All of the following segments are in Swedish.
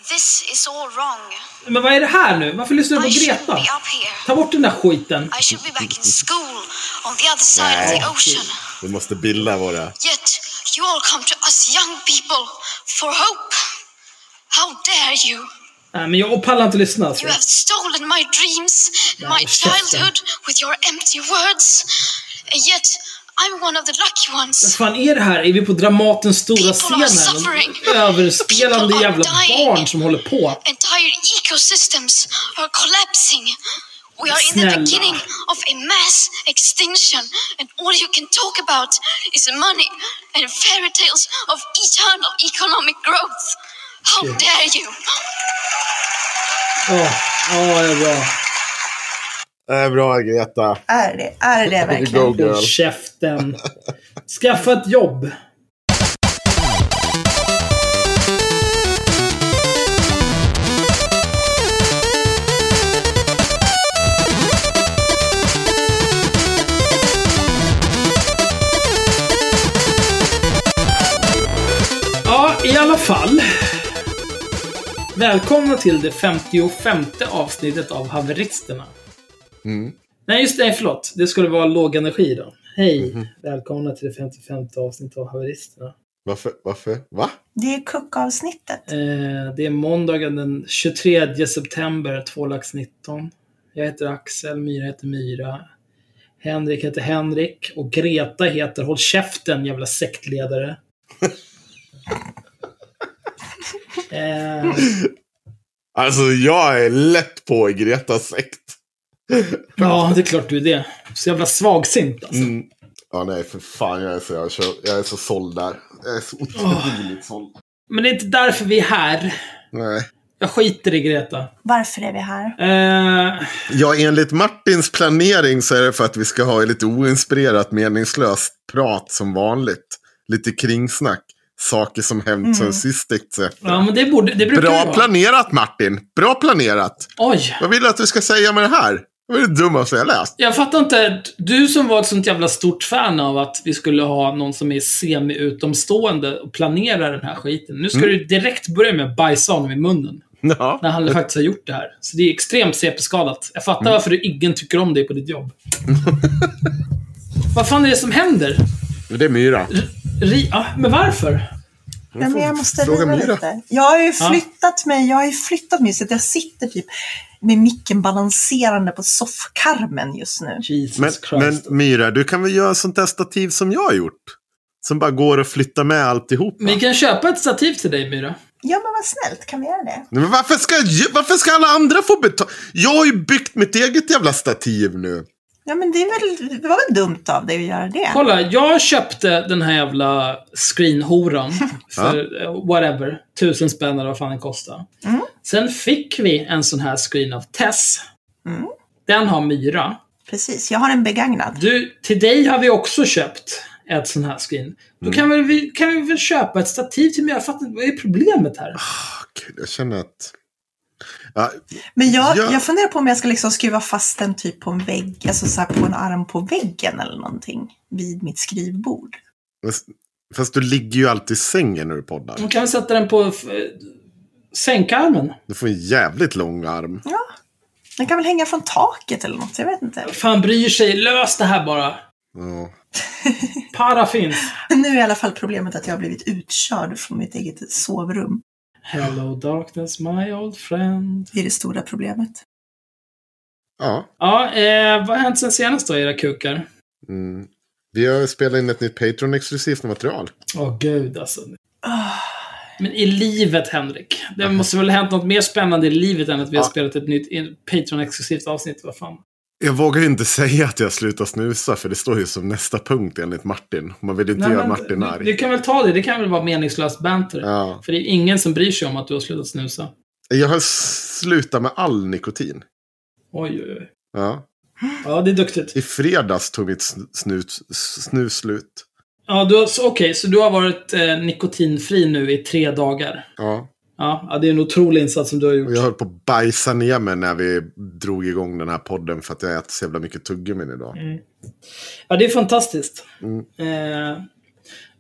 This is all wrong. Men vad är det här nu? Varför lyssnar du på Greta? Ta bort den där skiten. I should be back in school on the other side of the ocean. Vi måste bilda våra. Yet you all come to us young people for hope. How dare you? Nej, men jag pallar inte lyssna. You have stolen my dreams, my childhood with your empty words. And yet I'm one of the lucky ones. Vad fan är det här? Är vi på Dramatens stora scenen? Överspelande jävla barn som håller på. Entire ecosystems are collapsing. We are in the beginning of a mass extinction, and all you can talk about is money and fairy tales of eternal economic growth. How dare you? Det är bra. Det är bra, Greta. Är det verkligen? Go, håll käften. Skaffa ett jobb. Ja, i alla fall. Välkomna till det 55:e avsnittet av Haveristerna. Nej, just det, förlåt. Det skulle vara låg energi då. Hej, välkomna till det 55:e avsnittet av Haveristerna. Varför? Va? Det är kuckavsnittet. Det är måndagen den 23 september 2019. Jag heter Axel, Myra heter Myra. Henrik heter Henrik. Och Greta heter håll käften, jävla sektledare. Alltså, jag är lätt på Gretas sekt. Ja, det är klart du är det. Så jävla svagsint alltså. Ja, nej, för fan, jag är så såld där. Jag är så otroligt såld. Men det är inte därför vi är här. Nej. Jag skiter i Greta. Varför är vi här? Ja, enligt Martins planering så är det för att vi ska ha lite oinspirerat, meningslöst prat som vanligt. Lite kringsnack. Saker som hänt sen sist etc. Ja, men det brukar bra planerat, Martin. Bra planerat. Oj. Vad vill du att du ska säga med det här? Vad är det dummaste jag läst? Jag fattar inte. Du som var ett sånt jävla stort fan av att vi skulle ha någon som är semi-utomstående och planera den här skiten. Nu ska du direkt börja med att bajsa honom i munnen. Ja. När han faktiskt har gjort det här. Så det är extremt CP-skadat. Jag fattar varför du ingen tycker om dig på ditt jobb. Vad fan är det som händer? Det är Myra. Men varför? Ja, men jag måste riva lite. Jag har ju flyttat mig så att jag sitter typ med micken balanserande på soffkarmen just nu. Men Myra, du kan väl göra sånt där stativ som jag har gjort? Som bara går och flyttar med alltihop. Vi kan köpa ett stativ till dig, Myra. Ja, men vad snällt, kan vi göra det? Men varför ska alla andra få betala? Jag har ju byggt mitt eget jävla stativ nu. Ja, men det var väl dumt av dig att göra det. Kolla, jag köpte den här jävla screenhoran för whatever, 1000 spänn eller vad fan den kostar. Sen fick vi en sån här screen av Tess. Den har Myra. Precis, jag har en begagnad. Till dig har vi också köpt ett sån här screen. Då kan vi väl köpa ett stativ till Myra. Jag fattar inte, vad är problemet här? Gud, jag känner att... Men jag funderar på om jag ska liksom skruva fast den typ på en vägg, alltså så här på en arm på väggen eller någonting vid mitt skrivbord. Fast du ligger ju alltid i sängen när du poddar. Man kan sätta den på sänkarmen. Du får en jävligt lång arm. Ja, den kan väl hänga från taket eller något, jag vet inte. Fan bryr sig, lös det här bara. Ja. Para finns. Nu är i alla fall problemet att jag har blivit utkörd från mitt eget sovrum. Hello darkness, my old friend. Det är det stora problemet. Ja. Ja, vad har hänt sen senast då, era kukar? Vi har spelat in ett nytt Patreon-exklusivt material. Gud alltså. Men i livet, Henrik. Det måste väl ha hänt något mer spännande i livet än att vi har spelat ett nytt Patreon-exklusivt avsnitt. Vad fan? Jag vågar ju inte säga att jag slutar snusa, för det står ju som nästa punkt enligt Martin. Man vill inte göra Martin arg. Du kan väl ta det. Det kan väl vara meningslöst banter. Ja. För det är ingen som bryr sig om att du har slutat snusa. Jag har slutat med all nikotin. Oj. Ja. Ja, det är duktigt. I fredags tog mitt snus slut. Ja, okej, så du har varit nikotinfri nu i 3 dagar. Ja. Ja, det är en otrolig insats som du har gjort. Och jag höll på att bajsa ner mig när vi drog igång den här podden för att jag äter så jävla mycket tuggummin idag. Ja, det är fantastiskt.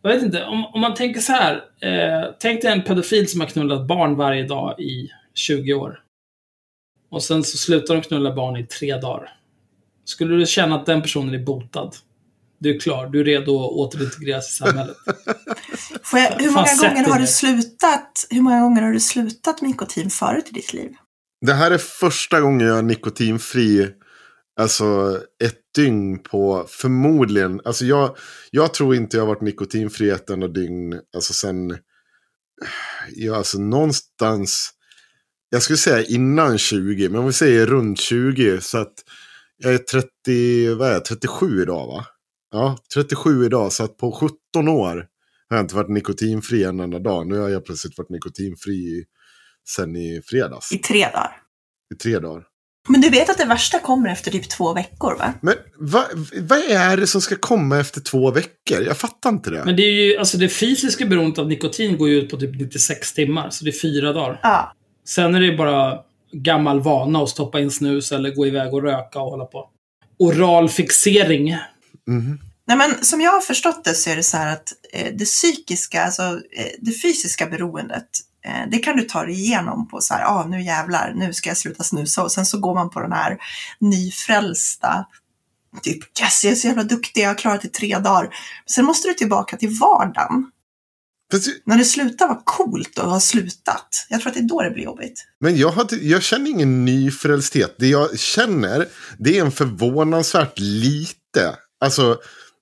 Jag vet inte, om man tänker så här. Tänk dig en pedofil som har knullat barn varje dag i 20 år. Och sen så slutar de knulla barn i 3 dagar. Skulle du känna att den personen är botad? Du är klar, du är redo att återintegreras i samhället. Hur många gånger har du slutat med nikotin förut i ditt liv? Det här är första gången jag är nikotinfri. Alltså ett dygn på förmodligen. Alltså jag tror inte jag har varit nikotinfri ett enda dygn. Alltså sen. Ja, alltså någonstans. Jag skulle säga innan 20. Men om vi säger runt 20. Så att jag är 37 idag va? Ja, 37 idag. Så att på 17 år har jag inte varit nikotinfri en enda dag. Nu har jag plötsligt varit nikotinfri sen i fredags. I 3 dagar? I 3 dagar. Men du vet att det värsta kommer efter typ 2 veckor va? Men vad är det som ska komma efter 2 veckor? Jag fattar inte det. Men det är ju, alltså det fysiska beroendet av nikotin går ju ut på typ 96 timmar. Så det är 4 dagar. Ja. Sen är det bara gammal vana att stoppa in snus eller gå iväg och röka och hålla på. Oral fixering. Mm. Nej men som jag har förstått det så är det så här att det psykiska, alltså det fysiska beroendet, det kan du ta dig igenom på så här, nu jävlar, nu ska jag sluta snusa. Och sen så går man på den här nyfrälsta, typ, yes, jag är så jävla duktig, jag har klarat det i 3 dagar. Sen måste du tillbaka till vardagen. När det slutar vara coolt att ha slutat. Jag tror att det är då det blir jobbigt. Men jag känner ingen nyfrälsthet. Det jag känner, det är en förvånansvärt lite. Alltså,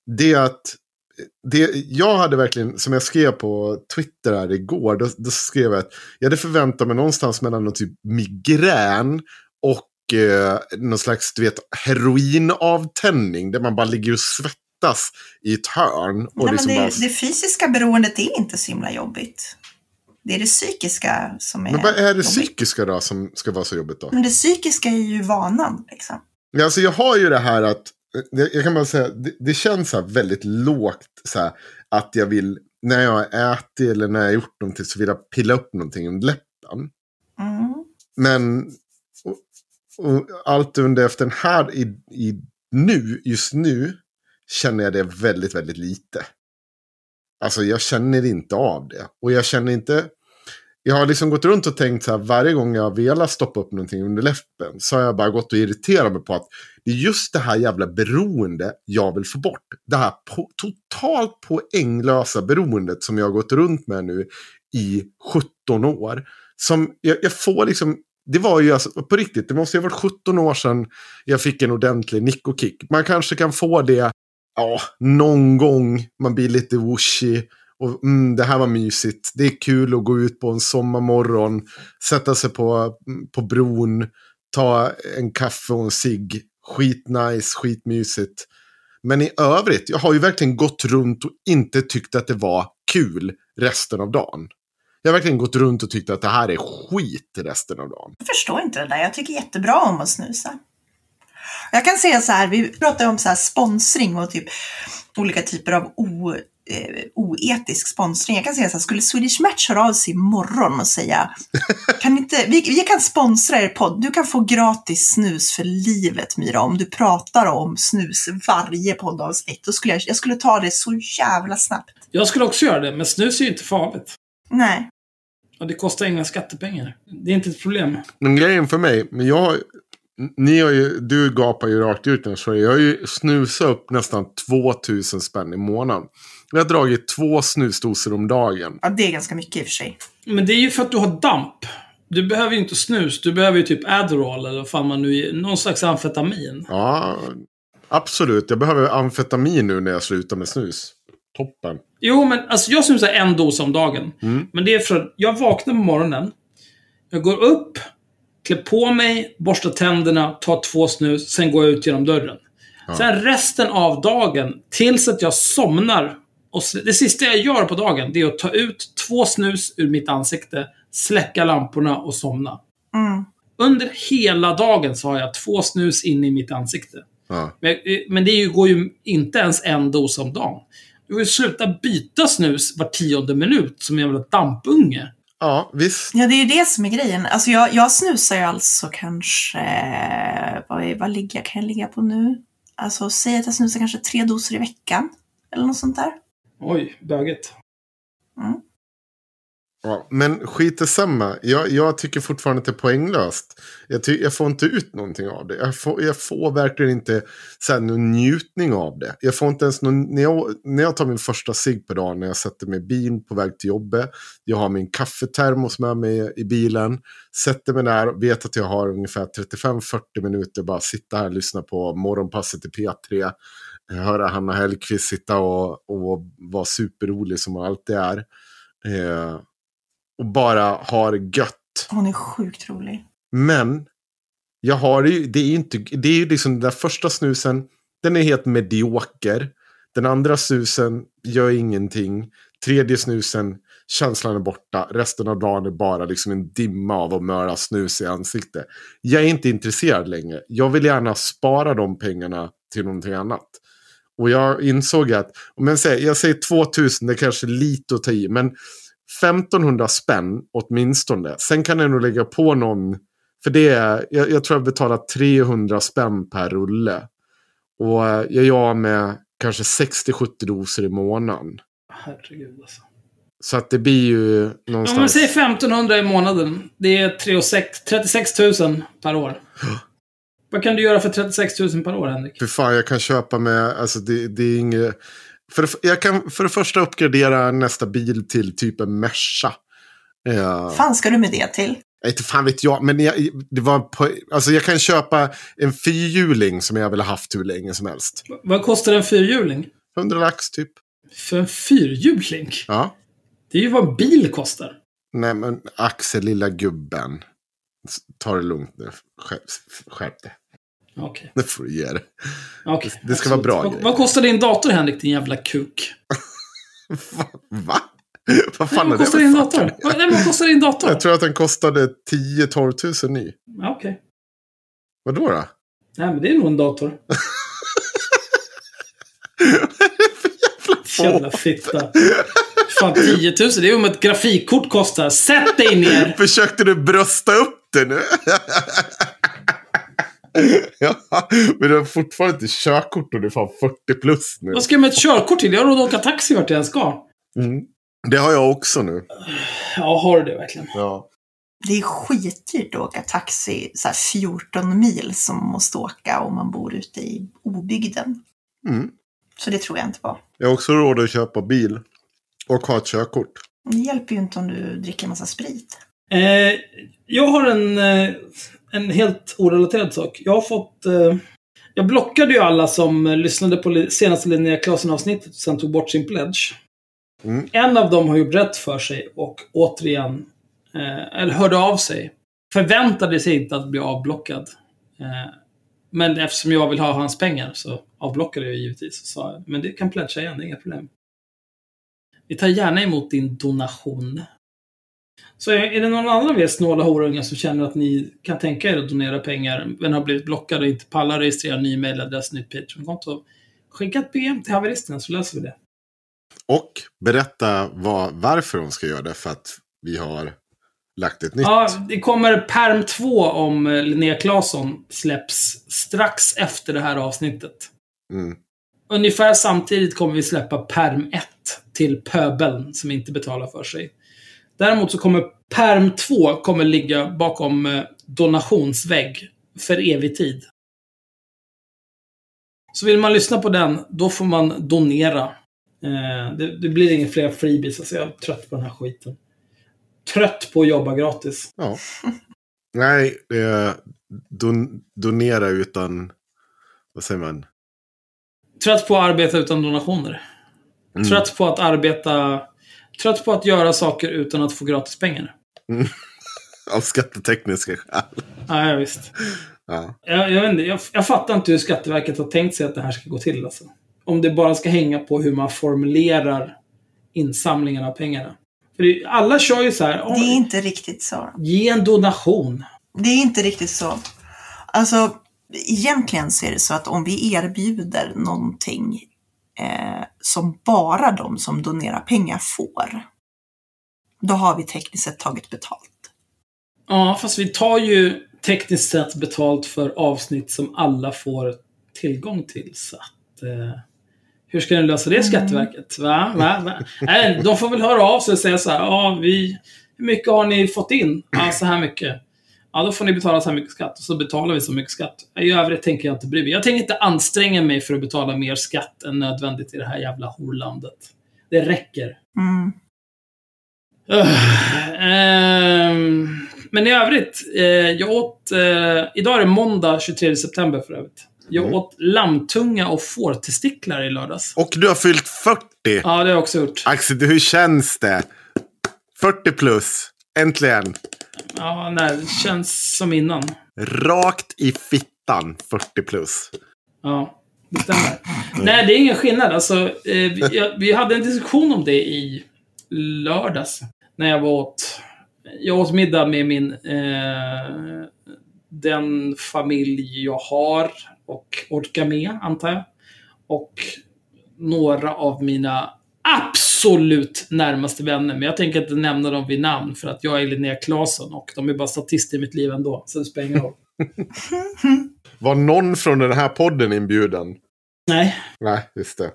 jag hade verkligen, som jag skrev på Twitter här igår, då skrev jag att jag hade förväntat mig någonstans mellan någon typ migrän och någon slags, du vet, heroinavtändning där man bara ligger och svettas i ett hörn. Och nej, liksom men bara... det fysiska beroendet är inte så himla jobbigt. Det är det psykiska som är. Men vad är det jobbigt. psykiska då som ska vara så jobbigt då? Men det psykiska är ju vanan liksom. Ja, alltså jag har ju det här att jag kan bara säga, det känns så här väldigt lågt så här, att jag vill, när jag har ätit eller när jag har gjort någonting så vill jag pilla upp någonting under läppen. Mm. Men och allt under efter den här just nu känner jag det väldigt, väldigt lite. Alltså jag känner inte av det. Och jag känner inte, jag har liksom gått runt och tänkt så här, varje gång jag velat stoppa upp någonting under läppen så har jag bara gått och irriterat mig på att det är just det här jävla beroende jag vill få bort. Det här totalt poänglösa beroendet som jag har gått runt med nu i 17 år. Som jag får liksom, det var ju alltså, på riktigt, det måste ju ha varit 17 år sedan jag fick en ordentlig nikokick. Man kanske kan få det, någon gång man blir lite whooshy. Och det här var mysigt. Det är kul att gå ut på en sommarmorgon. Sätta sig på bron. Ta en kaffe och en cigg. Skitnice, skitmysigt. Men i övrigt, jag har ju verkligen gått runt och inte tyckt att det var kul resten av dagen. Jag har verkligen gått runt och tyckt att det här är skit resten av dagen. Jag förstår inte det där. Jag tycker jättebra om att snusa. Jag kan säga så här, vi pratar om så här sponsring och typ olika typer av oetisk sponsring. Jag kan säga så här, skulle Swedish Match höra av sig imorgon och säga kan inte, vi kan sponsra er podd, du kan få gratis snus för livet Myra om du pratar om snus varje poddavsnitt, då skulle jag skulle ta det så jävla snabbt. Jag skulle också göra det, men snus är ju inte farligt. Nej. Och det kostar inga skattepengar. Det är inte ett problem. Men grejen för mig, men du gapar ju rakt ut nu, så jag har ju snusat upp nästan 2000 spänn i månaden. Jag har dragit 2 snusdoser om dagen. Ja, det är ganska mycket i och för sig. Men det är ju för att du har damp. Du behöver ju inte snus. Du behöver ju typ Adderall eller vad fan man nu är. Någon slags amfetamin. Ja, absolut. Jag behöver amfetamin nu när jag slutar med snus. Toppen. Jo, men alltså jag snusar 1 dos om dagen. Men det är för att jag vaknar på morgonen. Jag går upp, klär på mig, borstar tänderna, tar 2 snus, sen går jag ut genom dörren. Ja. Sen resten av dagen, tills att jag somnar, och det sista jag gör på dagen, det är att ta ut 2 snus ur mitt ansikte, släcka lamporna och somna. Under hela dagen så har jag 2 snus in i mitt ansikte. Ja. Men det går ju inte ens 1 dos om dagen. Du vill sluta byta snus var 10:e minut som en jävla dampunge. Ja, visst. Ja, det är ju det som är grejen. Alltså jag snusar ju alltså kanske... Vad kan jag ligga på nu? Alltså säg att jag snusar kanske 3 doser i veckan. Eller något sånt där. Oj, böget. Ja, men skit är samma. Jag tycker fortfarande att det är poänglöst. Jag får inte ut någonting av det. Jag får verkligen inte så här, någon njutning av det. Jag får inte ens någon, när jag tar min första cigg på dagen, när jag sätter mig i bilen på väg till jobbet. Jag har min kaffetermos med mig i bilen. Sätter mig där och vet att jag har ungefär 35-40 minuter bara sitta här och lyssna på morgonpasset i P3. Höra Hanna Hellquist sitta och vara superrolig som hon alltid är. Och bara har gött. Hon är sjukt rolig. Men jag har ju, det är ju liksom den där första snusen, den är helt medioker. Den andra snusen gör ingenting. Tredje snusen, känslan är borta. Resten av dagen är bara liksom en dimma av att möra snus i ansiktet. Jag är inte intresserad längre. Jag vill gärna spara de pengarna till någonting annat. Och jag insåg att, om jag säger 2000, det är kanske lite att ta i, men 1500 spänn åtminstone. Sen kan jag nog lägga på någon, för det är, jag tror jag betalar 300 spänn per rulle. Och jag gör med kanske 60-70 doser i månaden. Herregud alltså. Så att det blir ju någonstans... Om man säger 1500 i månaden, det är 36 000 per år. Vad kan du göra för 36 000 per år, Henrik? För fan, jag kan köpa med, alltså det är inget... Jag kan för det första uppgradera nästa bil till typ en Merca. Fan ska du med det till? Inte fan vet jag, men alltså jag kan köpa en fyrhjuling som jag vill ha haft hur länge som helst. Vad kostar en fyrhjuling? 100 lax typ. För en fyrhjuling? Ja. Det är ju vad en bil kostar. Nej men Axel, lilla gubben. Ta det lugnt nu. Skärp det. Okej. Det får du ge det. Okay, det ska vara bra. Vad kostar din dator, Henrik, din jävla kuk? Va? Vad fan vad kostar din dator? Vad kostar din dator? Jag tror att den kostade 10-12 000 ny. Okej. Vadå då? Nej, men det är nog en dator. Jävla fitta. Fan, 10 000, det är om ett grafikkort kostar. Sätt dig ner! Försökte du brösta upp det nu? Ja, men du har fortfarande inte körkort och du är fan 40 plus nu. Vad ska jag med ett körkort till? Jag har råd att åka taxi vart jag än ska. Det har jag också nu. Ja, har du det verkligen? Ja. Det är skitdyrt att åka taxi så här 14 mil som man måste åka om man bor ute i obygden. Så det tror jag inte på. Jag har också råd att köpa bil och ha ett körkort. Det hjälper ju inte om du dricker en massa sprit. Jag har en helt orelaterad sak. Jag har fått... jag blockade ju alla som lyssnade på senaste Linnea Claesson-avsnittet och sen tog bort sin pledge. En av dem har gjort rätt för sig och återigen eller hörde av sig. Förväntade sig inte att bli avblockad. Men eftersom jag vill ha hans pengar så avblockade jag givetvis och sa, men det kan pledga igen, det är inga problem. Vi tar gärna emot din donation. Så är det någon annan av er snåla horungar som känner att ni kan tänka er att donera pengar men har blivit blockade och inte pallar registrera ny mailadress, nytt Patreon-konto, skicka ett PM till haveristen så löser vi det. Och berätta varför de ska göra det, för att vi har lagt ett nytt. Ja, det kommer Perm 2 om Linnea Claesson släpps strax efter det här avsnittet. Ungefär samtidigt kommer vi släppa Perm 1 till pöbeln som inte betalar för sig. Däremot så kommer Perm 2 kommer ligga bakom donationsvägg för evig tid. Så vill man lyssna på den, då får man donera. Det blir inga fler freebies, alltså jag är trött på den här skiten. Trött på att jobba gratis. Ja. Nej, donera utan, vad säger man? Trött på att arbeta utan donationer. Trött på att arbeta... Trött på att göra saker utan att få gratis pengar. Av skattetekniska skäl. Ja, visst. Ja. Jag fattar inte hur Skatteverket har tänkt sig att det här ska gå till. Alltså. Om det bara ska hänga på hur man formulerar insamlingen av pengarna. För alla kör ju så här... Det är inte riktigt så. Ge en donation. Det är inte riktigt så. Alltså, egentligen så är det så att om vi erbjuder någonting som bara de som donerar pengar får, då har vi tekniskt sett tagit betalt. Ja, fast vi tar ju tekniskt sett betalt för avsnitt som alla får tillgång till. Så att, Hur ska ni lösa det, Skatteverket? Va? Nej, de får väl höra av sig och säga så här, hur mycket har ni fått in? Ja, så här mycket. Ja, då får ni betala så här mycket skatt. Och så betalar vi så mycket skatt. I övrigt tänker jag inte bry mig. Jag tänker inte anstränga mig för att betala mer skatt än nödvändigt i det här jävla horlandet. Det räcker. Men i övrigt, jag åt... idag är det måndag 23 september för övrigt. Jag åt lammtunga och fårtestiklar i lördags. Och du har fyllt 40. Ja, det har jag också gjort. Axel, hur känns det? 40 plus. Äntligen. Ja, nej, det känns som innan. Rakt i fittan, 40 plus. Ja, det stämmer. Nej, det är ingen skillnad. Alltså, vi hade en diskussion om det i lördags. När jag åt middag med den familj jag har och orkar med, antar jag. Och några av mina absolut närmaste vänner. Men jag tänker inte nämna dem vid namn för att jag är Linnea Claesson och de är bara statister i mitt liv ändå. Så det spelar ingen roll. Var någon från den här podden inbjuden? Nej. Nej, just det.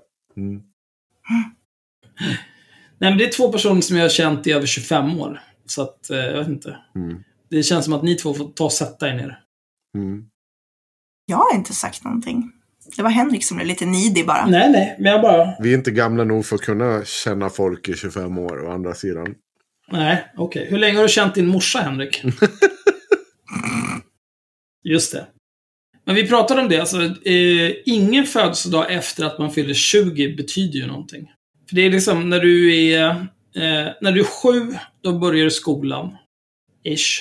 Nej, men det är 2 personer som jag har känt i över 25 år. Så att, jag vet inte. Det känns som att ni 2 får ta och sätta er ner. Jag har inte sagt någonting. Det var Henrik som blev lite nidig bara. Nej, men jag bara... Vi är inte gamla nog för att kunna känna folk i 25 år å andra sidan. Nej, okej. Hur länge har du känt din morsa, Henrik? Just det. Men vi pratade om det. Alltså, ingen födelsedag efter att man fyller 20 betyder ju någonting. För det är liksom när du är 7, då börjar skolan. Ish.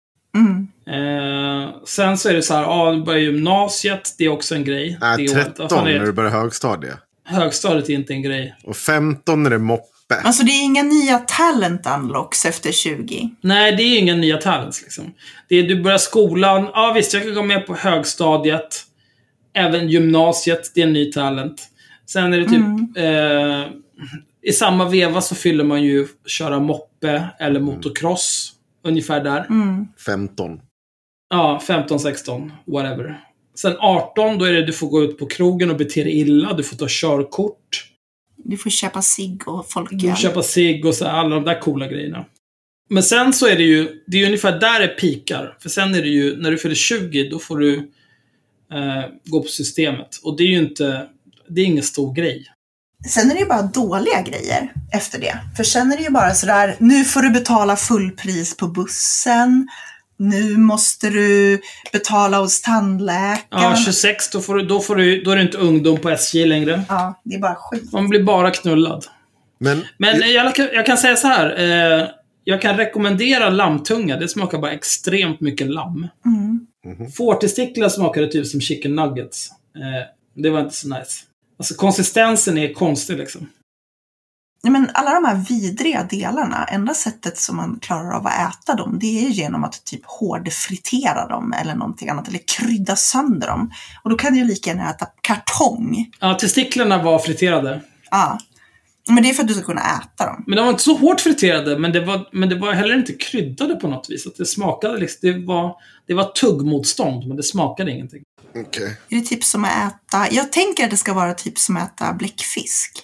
Sen så är det så här, du börjar gymnasiet, det är också en grej. 13 när du börjar högstadiet. Högstadiet är inte en grej. Och 15 är det moppe. Alltså det är inga nya talent unlocks efter 20. Nej, det är inga nya talents liksom. Det är, du börjar skolan, ja visst, jag kan gå med på högstadiet. Även gymnasiet, det är en ny talent. Sen är det typ i samma veva så fyller man ju köra moppe eller motocross. Ungefär där. 15. Ja, 15, 16, whatever. Sen 18, då är det du får gå ut på krogen och bete dig illa. Du får ta körkort. Du får köpa cigg och folköl. Du får köpa cigg och så alla de där coola grejerna. Men sen så är det är ungefär där det pikar. För sen är det ju, när du fyller 20, då får du gå på systemet. Och det är ju inte, det är ingen stor grej. Sen är det ju bara dåliga grejer efter det. För sen är det ju bara sådär, nu får du betala fullpris på bussen. Nu måste du betala hos tandläkaren. Ja, 26, då är du inte ungdom på SJ längre. Ja, det är bara skit. Man blir bara knullad. Men jag kan säga så här. Jag kan rekommendera lammtunga. Det smakar bara extremt mycket lamm. Fårtestiklar smakade typ som chicken nuggets. Det var inte så nice. Alltså konsistensen är konstig liksom. Ja, men alla de här vidriga delarna, enda sättet som man klarar av att äta dem, det är genom att typ hårdfritera dem eller någonting annat, eller krydda sönder dem. Och då kan du ju lika gärna äta kartong. Ja, testiklarna var friterade. Ja, men det är för att du ska kunna äta dem. Men de var inte så hårt friterade, men det var heller inte kryddade på något vis. Att det smakade liksom, det var tuggmotstånd, men det smakade ingenting. Okay. Är det typ som att äta, jag tänker att det ska vara typ som att äta bläckfisk.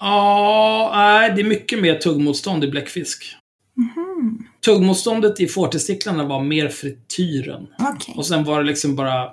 Ja, nej, det är mycket mer tuggmotstånd i bläckfisk. Tuggmotståndet i fårtestiklarna var mer frityren. Okay. Och sen var det liksom bara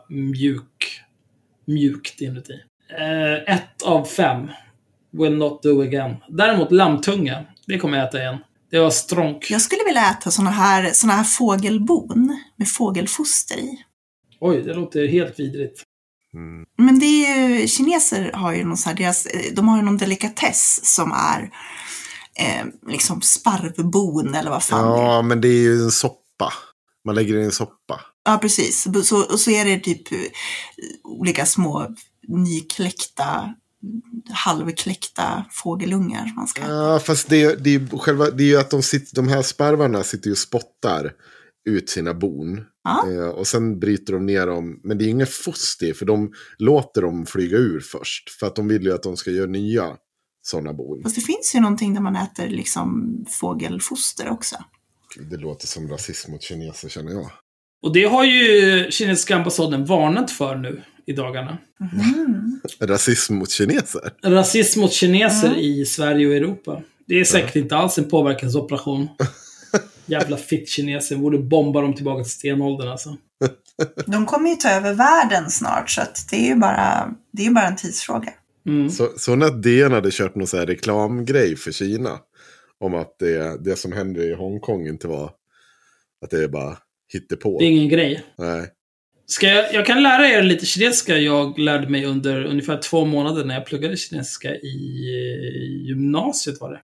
mjukt inuti. 1 av 5. Will not do again. Däremot lammtunga, det kommer jag äta igen. Det var stronk. Jag skulle vilja äta såna här fågelbon med fågelfoster i. Oj, det låter helt vidrigt. Men det är ju, kineser har ju någon sån här, de har ju någon delikatess som är liksom sparvbon eller vad fan det är. Ja, men det är ju en soppa. Man lägger det i en soppa. Ja, precis. Så är det typ olika små nykläckta, halvkläckta fågelungar man ska. Ja, fast det är ju att de här sparvarna sitter ju och spottar ut sina bon. Och sen bryter de ner dem. Men det är inget foster, för de låter dem flyga ur först. För att de vill ju att de ska göra nya sådana bon. Fast det finns ju någonting där man äter liksom fågelfoster också. Det låter som rasism mot kineser, känner jag. Och det har ju kinesiska ambassaden varnat för nu i dagarna. Rasism mot kineser. Rasism mot kineser i Sverige och Europa. Det är säkert inte alls en påverkansoperation. Jävla fitt-kineser. Borde bomba dem tillbaka till stenåldern alltså. De kommer ju ta över världen snart, så att det är ju bara en tidsfråga. Så när DN hade kört någon så här reklamgrej för Kina om att det som händer i Hongkong inte var att det är bara hittepå. Det är ingen grej. Nej. Jag kan lära er lite kinesiska. Jag lärde mig under ungefär 2 månader när jag pluggade kinesiska i gymnasiet var det.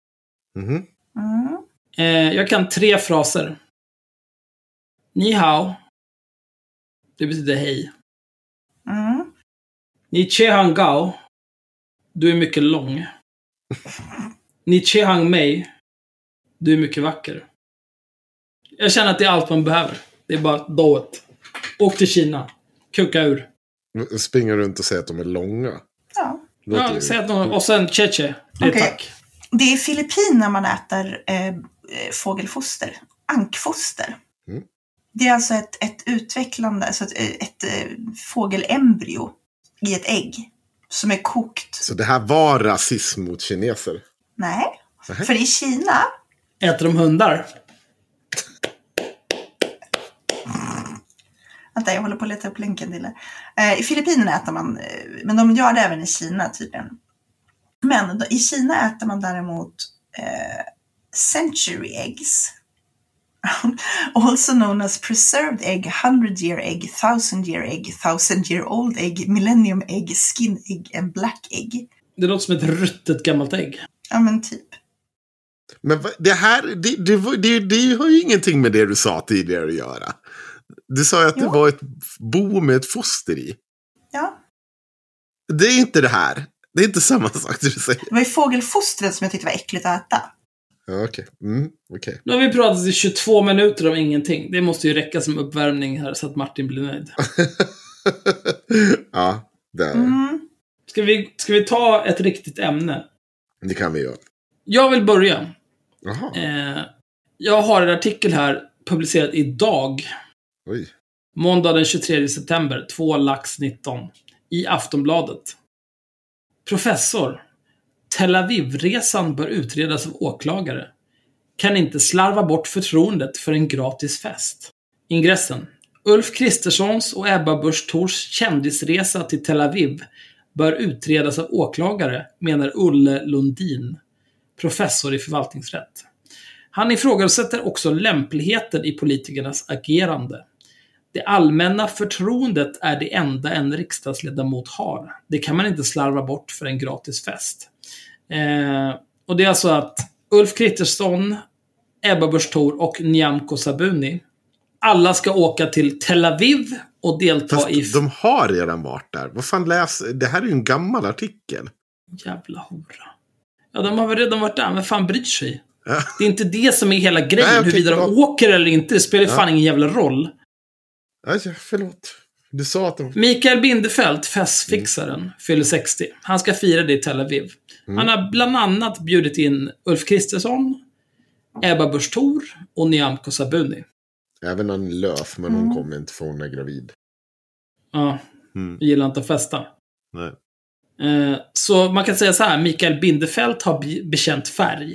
Jag kan 3 fraser. Ni hao. Det betyder hej. Ni che hang gao. Du är mycket lång. Ni che hang mei. Du är mycket vacker. Jag känner att det är allt man behöver. Det är bara do it. Åk till Kina. Kucka ur. Springer runt och säger att de är långa. Ja. Säg att de, och sen cheche. Det är Okej. tack. Det är i Filippinerna man äter fågelfoster. Ankfoster. Det är alltså ett utvecklande, alltså ett fågelembryo i ett ägg som är kokt. Så det här var rasism mot kineser? Nej, för i Kina... Äter de hundar? Vänta, jag håller på att leta upp länken till det. I Filippinerna äter man, men de gör det även i Kina tydligen. Men i Kina äter man däremot century eggs. Also known as preserved egg, 100-year egg, 1000-year egg, 1000-year-old egg, millennium egg, skin egg and black egg. Det låter som ett ruttet gammalt ägg. Ja, men typ. Men det här, det har ju ingenting med det du sa tidigare att göra. Du sa ju att det var ett bo med ett foster i. Ja. Det är inte det här. Det är inte samma sak du säger. Det var ju fågelfostret som jag tyckte var äckligt att äta. Ja, okej. Okej. Nu har vi pratat i 22 minuter om ingenting. Det måste ju räcka som uppvärmning här så att Martin blir nöjd. Ja, det är det. Ska vi ta ett riktigt ämne? Det kan vi göra. Jag vill börja. Jaha. Jag har en artikel här publicerad idag. Oj. Måndag den 23 september, 2:19 i Aftonbladet. Professor. Tel Aviv-resan bör utredas av åklagare. Kan inte slarva bort förtroendet för en gratis fest. Ingressen. Ulf Kristerssons och Ebba Busch Thors kändisresa till Tel Aviv bör utredas av åklagare, menar Olle Lundin, professor i förvaltningsrätt. Han ifrågasätter också lämpligheten i politikernas agerande. Det allmänna förtroendet är det enda en riksdagsledamot har. Det kan man inte slarva bort för en gratis fest. Och det är alltså att Ulf Kristersson, Ebba Busch Thor och Nyamko Sabuni alla ska åka till Tel Aviv och delta Fast de har redan varit där. Vad fan det här är ju en gammal artikel. Jävla hora. Ja, de har väl redan varit där, men fan bryr sig. Ja. Det är inte det som är hela grejen. Nej, okej, huruvida de åker eller inte, det spelar fan ingen jävla roll. Alltså, förlåt. Du sa att de... Mikael Bindefeld, festfixaren, fyller 60. Han ska fira det i Tel Aviv. Han har bland annat bjudit in Ulf Kristersson, Ebba Busch Thor och Nyamko Sabuni. Även en löf, men hon kommer inte få hon är gravid. Ja, gillar inte att festa. Nej. Så man kan säga så här, Mikael Bindefeld har bekänt färg.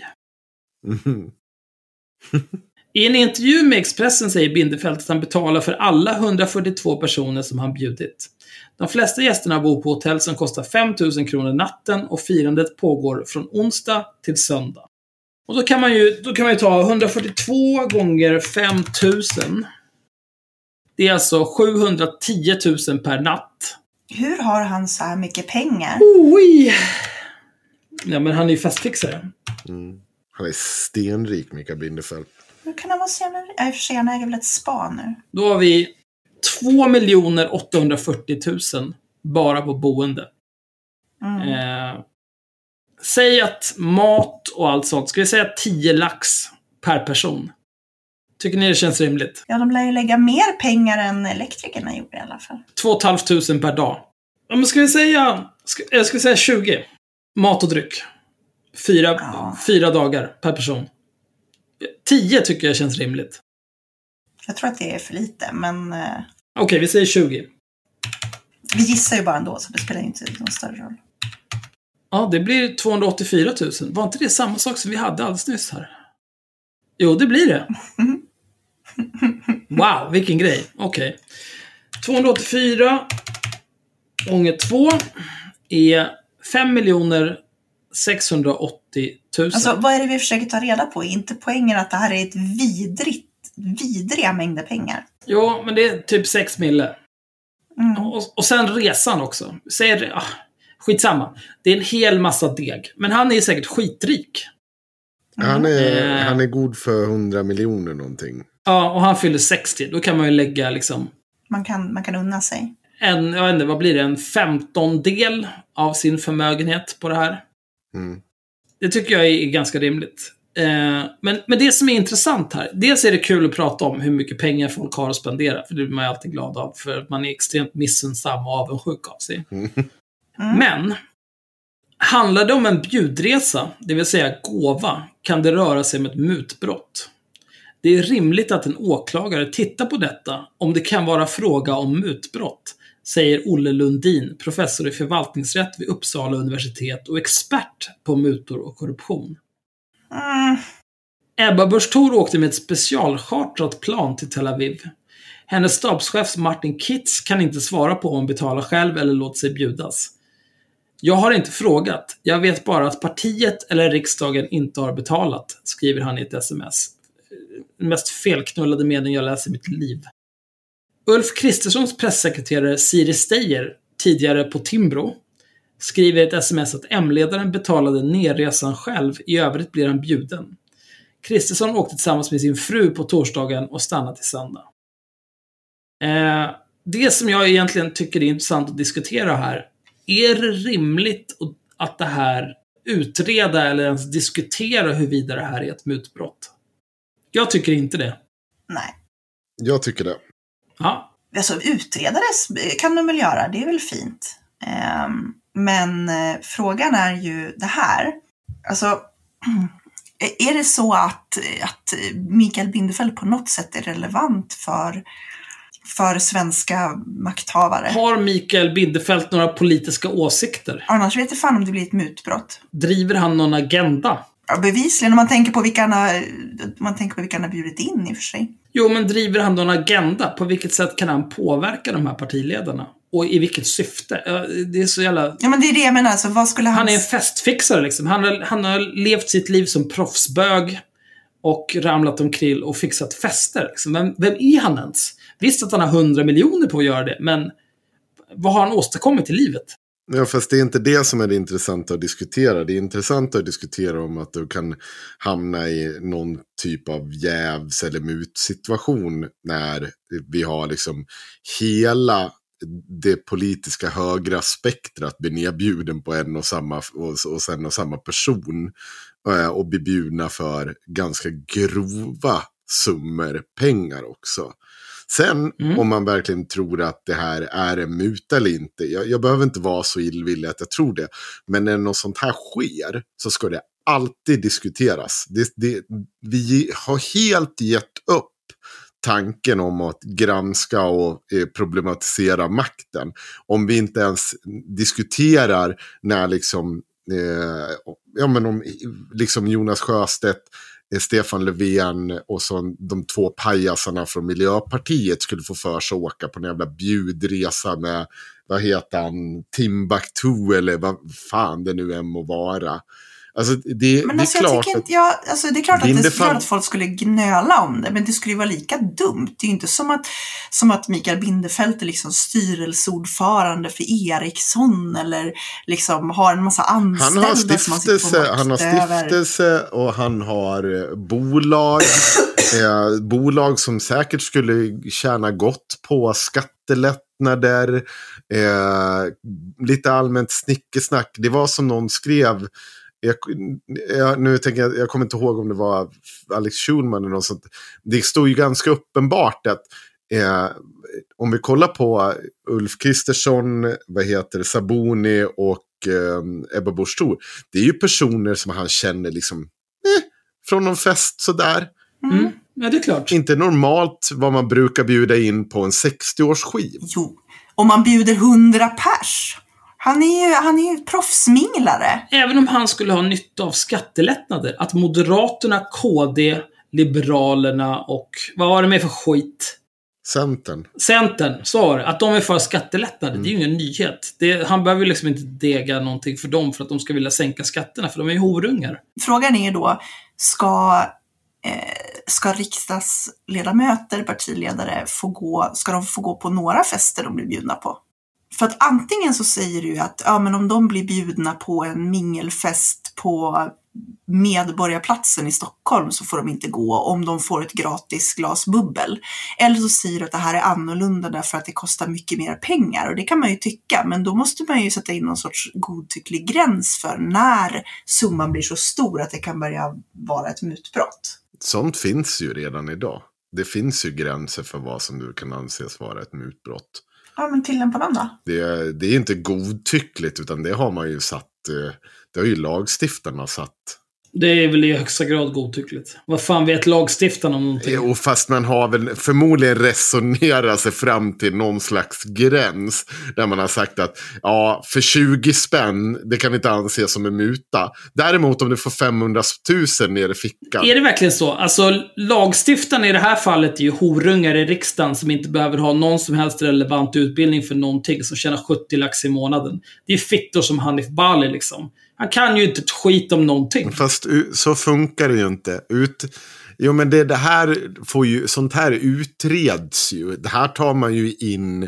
I en intervju med Expressen säger Bindefeld att han betalar för alla 142 personer som han bjudit. De flesta gästerna bor på hotell som kostar 5 000 kronor natten och firandet pågår från onsdag till söndag. Och då kan man ju ta 142 gånger 5 000. Det är alltså 710 000 per natt. Hur har han så här mycket pengar? Oj! Ja, men han är ju festfixare. Han är stenrik, Mikael Bindefeld. Hur kan han vara så jävla... Jag för sig, han äger väl ett spa nu. Då har vi 2 840 000 bara på boende. Säg att mat och allt sånt, ska vi säga 10 lax per person? Tycker ni det känns rimligt? Ja, de lär ju lägga mer pengar än elektrikerna gjorde i alla fall. 2 500 per dag. Ja, men ska vi säga... Jag ska säga 20. Mat och dryck. 4 dagar per person. 10 tycker jag känns rimligt. Jag tror att det är för lite, men... Okej, vi säger 20. Vi gissar ju bara ändå, så det spelar inte någon större roll. Ja, det blir 284 000. Var inte det samma sak som vi hade alldeles nyss här? Jo, det blir det. Wow, vilken grej. Okej. 284 gånger 2 är 5 680 000. Alltså, vad är det vi försöker ta reda på? Är inte poängen att det här är ett vidriga mängder pengar? Jo, men det är typ 6 mille. Och sen resan också. Skitsamma. Det är en hel massa deg. Men han är säkert skitrik. Han är god för 100 miljoner någonting. Ja, och han fyller 60. Då kan man ju lägga liksom... Man kan unna sig. Jag vet inte, vad blir det? En 15-del av sin förmögenhet på det här. Det tycker jag är ganska rimligt. Men det som är intressant här, dels är det kul att prata om hur mycket pengar folk har att spendera, för det blir man ju alltid glad av, för att man är extremt missunnsam och avundsjuk av sig. Men handlar det om en bjudresa, det vill säga gåva, kan det röra sig om ett mutbrott. Det är rimligt att en åklagare tittar på detta om det kan vara fråga om mutbrott, säger Olle Lundin, professor i förvaltningsrätt vid Uppsala universitet och expert på mutor och korruption. Ebba Busch Thor åkte med ett specialchartrat plan till Tel Aviv. Hennes stabschef Martin Kitz kan inte svara på om hon betalar själv eller låter sig bjudas. Jag har inte frågat. Jag vet bara att partiet eller riksdagen inte har betalat, skriver han i ett sms. Den mest felknullade mening jag läser i mitt liv. Ulf Kristerssons pressekreterare Siri Steyer, tidigare på Timbro, skriver i ett sms att M-ledaren betalade nerresan själv, i övrigt blir han bjuden. Kristersson åkte tillsammans med sin fru på torsdagen och stannade till söndag. Det som jag egentligen tycker är intressant att diskutera här, är det rimligt att det här utreda eller ens diskutera huruvida det här är ett mutbrott? Jag tycker inte det. Nej. Jag tycker det. Ja. Alltså utredare kan de väl göra, det är väl fint. Men frågan är ju det här. Alltså, är det så att Mikael Bindefeld på något sätt är relevant för svenska makthavare? Har Mikael Bindefeld några politiska åsikter? Annars vet jag fan om det blir ett mutbrott. Driver han någon agenda? Ja, bevisligen. Om man tänker på vilka han har bjudit in i och för sig. Jo, men driver han någon agenda? På vilket sätt kan han påverka de här partiledarna? Och i vilket syfte? Det är så jävla... Ja, men det är det jag menar. Alltså, vad skulle han är en festfixare liksom. Han har levt sitt liv som proffsbög och ramlat omkring och fixat fester. Liksom. Vem är han ens? Visst att han har 100 miljoner på att göra det, men vad har han åstadkommit i livet? Ja, fast det är inte det som är det intressanta att diskutera. Det är intressant att diskutera om att du kan hamna i någon typ av jävs- eller mutsituation när vi har liksom hela det politiska högra spektrat blir nedbjuden på en och samma person och blir bjudna för ganska grova summor pengar också. Sen om man verkligen tror att det här är en muta eller inte, jag behöver inte vara så illvillig att jag tror det, men när något sånt här sker så ska det alltid diskuteras. Vi har helt gett upp tanken om att granska och problematisera makten. Om vi inte ens diskuterar när liksom om liksom Jonas Sjöstedt, Stefan Löfven och så de två pajasarna från Miljöpartiet skulle få för sig att åka på en jävla bjudresa med, vad heter han, Timbuktu eller vad fan det nu än må vara. Alltså det är klart att folk skulle gnöla om det, men det skulle ju vara lika dumt. Det är ju inte som att Mikael Bindefeld är liksom styrelseordförande för Ericsson eller liksom har en massa anställda. Han har stiftelse och han har bolag. Bolag som säkert skulle tjäna gott på skattelättnader. Lite allmänt snickesnack. Det var som någon skrev. Jag kommer inte ihåg om det var Alex Schulman eller något sånt. Det stod ju ganska uppenbart att om vi kollar på Ulf Kristersson, Sabuni och Ebba Busch Thor, det är ju personer som han känner liksom från någon fest sådär. Ja, det är klart. Inte normalt vad man brukar bjuda in på en 60-årsskiv. Jo, om man bjuder 100 pers. Han är ju proffsminglare. Även om han skulle ha nytta av skattelättnader. Att Moderaterna, KD, Liberalerna och... Vad var det med för skit? Centern, så var det. Att de är för skattelättnader, det är ju ingen nyhet. Han behöver ju liksom inte dega någonting för dem för att de ska vilja sänka skatterna, för de är ju horungar. Frågan är då, ska riksdagsledamöter, partiledare ska de få gå på några fester de blir bjudna på? För att antingen så säger du att men om de blir bjudna på en mingelfest på Medborgarplatsen i Stockholm så får de inte gå om de får ett gratis glas bubbel. Eller så säger du att det här är annorlunda därför att det kostar mycket mer pengar. Och det kan man ju tycka, men då måste man ju sätta in någon sorts godtycklig gräns för när summan blir så stor att det kan börja vara ett mutbrott. Sånt finns ju redan idag. Det finns ju gränser för vad som du kan anses vara ett mutbrott. Ja, men tillämpa dem då? Det är inte godtyckligt, utan det har man ju satt, det har ju lagstiftarna satt. Det är väl i högsta grad godtyckligt. Vad fan vet lagstiftarna om någonting? Jo, fast man har väl förmodligen resonerat sig fram till någon slags gräns. Där man har sagt att för 20 spänn, det kan inte anses som en muta. Däremot om du får 500 000 ner i fickan. Är det verkligen så? Alltså lagstiftarna i det här fallet är ju horungar i riksdagen som inte behöver ha någon som helst relevant utbildning för någonting, som tjänar 70 lax i månaden. Det är fittor som Hanif Bali liksom. Han kan ju inte ett skit om någonting. Fast så funkar det ju inte. Jo, men det här får ju, sånt här utreds ju. Det här tar man ju in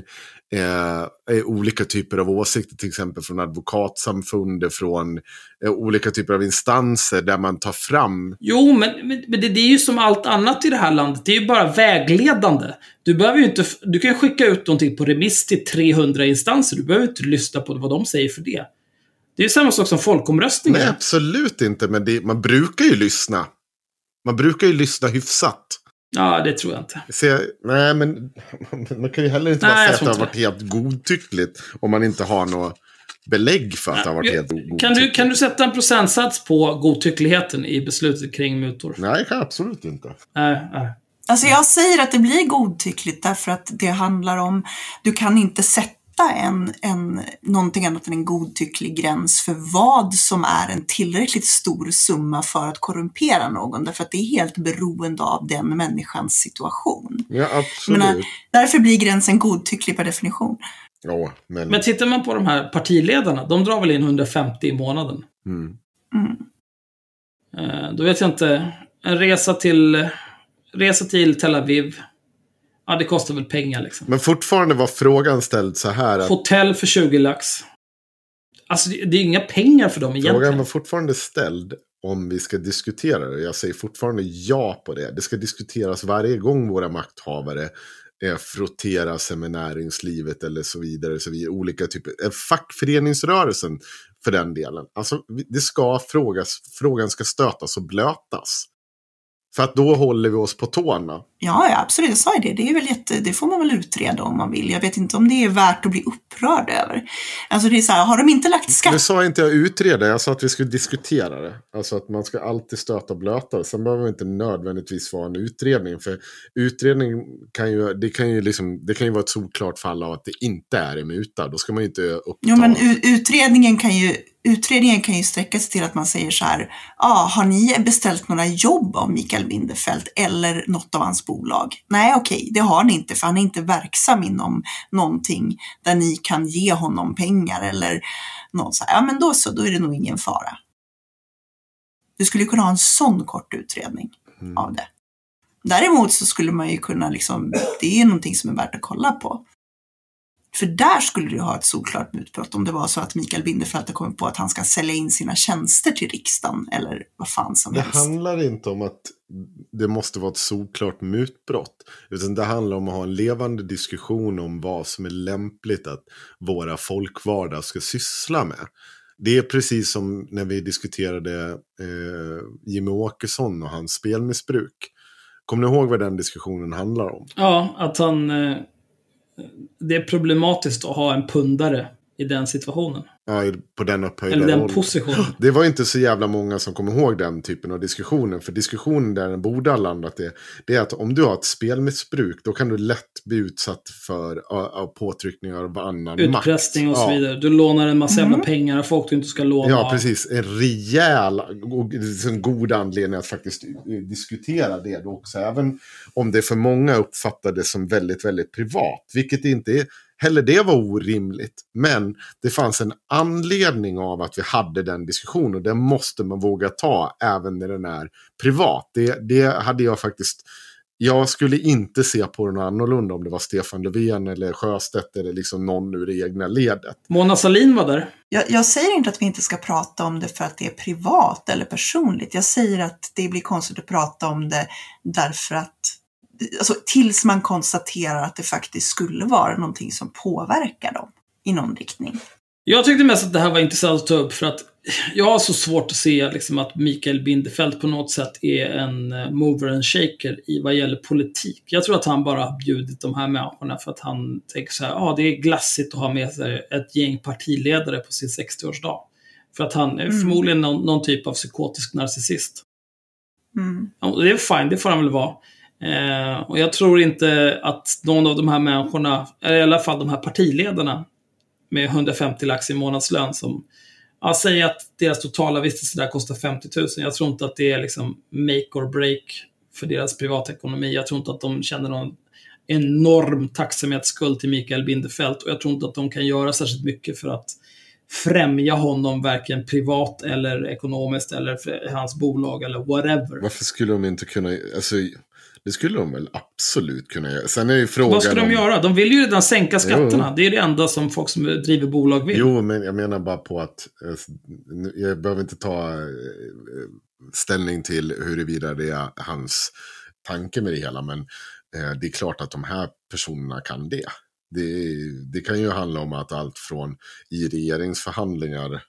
olika typer av åsikter, till exempel från advokatsamfundet, från olika typer av instanser där man tar fram. Jo, men det är ju som allt annat i det här landet. Det är ju bara vägledande. Du kan skicka ut någonting på remiss till 300 instanser. Du behöver inte lyssna på vad de säger för det. Det är samma sak som folkomröstningar. Nej, absolut inte. Men man brukar ju lyssna. Man brukar ju lyssna hyfsat. Ja, det tror jag inte. Nej, men man kan ju heller inte bara säga att det har varit helt godtyckligt om man inte har något belägg för att det har varit helt godtyckligt. Kan du sätta en procentsats på godtyckligheten i beslutet kring mutor? Nej, kan absolut inte. Nej. Alltså jag säger att det blir godtyckligt därför att det handlar om, du kan inte sätta någonting annat än en godtycklig gräns för vad som är en tillräckligt stor summa för att korrumpera någon, därför att det är helt beroende av den människans situation. Ja, absolut. Därför blir gränsen godtycklig per definition. Ja, men tittar man på de här partiledarna, de drar väl in 150 i månaden. Då vet jag inte, en resa till Tel Aviv. Ja, det kostar väl pengar liksom. Men fortfarande var frågan ställd så här. Hotell för 20 lax. Alltså det är inga pengar för dem egentligen. Frågan var fortfarande ställd om vi ska diskutera det. Jag säger fortfarande ja på det. Det ska diskuteras varje gång våra makthavare frotterar sig med näringslivet eller så vidare. Så vidare. Olika typer. Fackföreningsrörelsen för den delen. Alltså det ska frågan ska stötas och blötas. För att då håller vi oss på tårna. Ja, absolut. Jag sa ju det. Det är väl det får man väl utreda om man vill. Jag vet inte om det är värt att bli upprörd över. Alltså det är så här, har de inte lagt skatt? Nu sa inte jag utreda, jag sa att vi skulle diskutera det. Alltså att man ska alltid stöta och blöta. Sen behöver det inte nödvändigtvis vara en utredning. För utredning kan ju vara ett solklart fall av att det inte är en muta. Då ska man ju inte uppta... Jo, men utredningen kan ju sträcka sig till att man säger så här, har ni beställt några jobb av Mikael Bindefeld eller något av hans bolag? Nej, okej, det har ni inte, för han är inte verksam inom någonting där ni kan ge honom pengar eller något så här. Ja, men då är det nog ingen fara. Du skulle kunna ha en sån kort utredning av det. Däremot så skulle man ju kunna det är någonting som är värt att kolla på. För där skulle du ha ett solklart mutbrott om det var så att Mikael Bindefeld kommer på att han ska sälja in sina tjänster till riksdagen eller vad fan som helst. Det handlar inte om att det måste vara ett solklart mutbrott, utan det handlar om att ha en levande diskussion om vad som är lämpligt att våra folkvalda ska syssla med. Det är precis som när vi diskuterade Jimmie Åkesson och hans spelmissbruk. Kommer ni ihåg vad den diskussionen handlar om? Ja, att det är problematiskt att ha en pundare i den situationen. Ja, på den upphöjda Eller den rollen. positionen. Det var inte så jävla många som kommer ihåg den typen av diskussioner. För diskussionen där den borde ha landat det är att om du har ett spelmissbruk, då kan du lätt bli utsatt för påtryckningar av annan Utpressning makt. och så vidare. Du lånar en massa jävla pengar av folk du inte ska låna. Ja, precis. En rejäl och en god anledning att faktiskt diskutera det då också. Även om det för många uppfattades som väldigt, väldigt privat. Vilket inte är... Heller det var orimligt, men det fanns en anledning av att vi hade den diskussionen och den måste man våga ta även när den är privat. Det hade jag faktiskt, jag skulle inte se på den annorlunda om det var Stefan Löfven eller Sjöstedt eller liksom någon ur det egna ledet. Mona Sahlin var där. Jag säger inte att vi inte ska prata om det för att det är privat eller personligt. Jag säger att det blir konstigt att prata om det därför att alltså, tills man konstaterar att det faktiskt skulle vara någonting som påverkar dem i någon riktning. Jag tyckte mest att det här var intressant att ta upp för att jag har så svårt att se liksom, att Mikael Bindefeld på något sätt är en mover and shaker i vad gäller politik. Jag tror att han bara har bjudit de här människorna för att han tänker så här, det är glassigt att ha med sig ett gäng partiledare på sin 60-årsdag. För att han är förmodligen någon typ av psykotisk narcissist. Ja, det är fine, det får han väl vara. Och jag tror inte att någon av de här människorna, eller i alla fall de här partiledarna med 150 lax i månadslön som säger att deras totala vistelse där kostar 50 000. Jag tror inte att det är liksom make or break för deras privatekonomi. Jag tror inte att de känner någon enorm tacksamhetsskuld till Mikael Bindefeld och jag tror inte att de kan göra särskilt mycket för att främja honom varken privat eller ekonomiskt eller för hans bolag eller whatever. Varför skulle de inte kunna, alltså det skulle de väl absolut kunna göra. Sen är ju frågan vad skulle de göra? De vill ju redan sänka skatterna. Jo. Det är det enda som folk som driver bolag vill. Jo, men jag menar bara på att jag behöver inte ta ställning till huruvida det är hans tanke med det hela. Men det är klart att de här personerna kan det. Det kan ju handla om att allt från i regeringsförhandlingar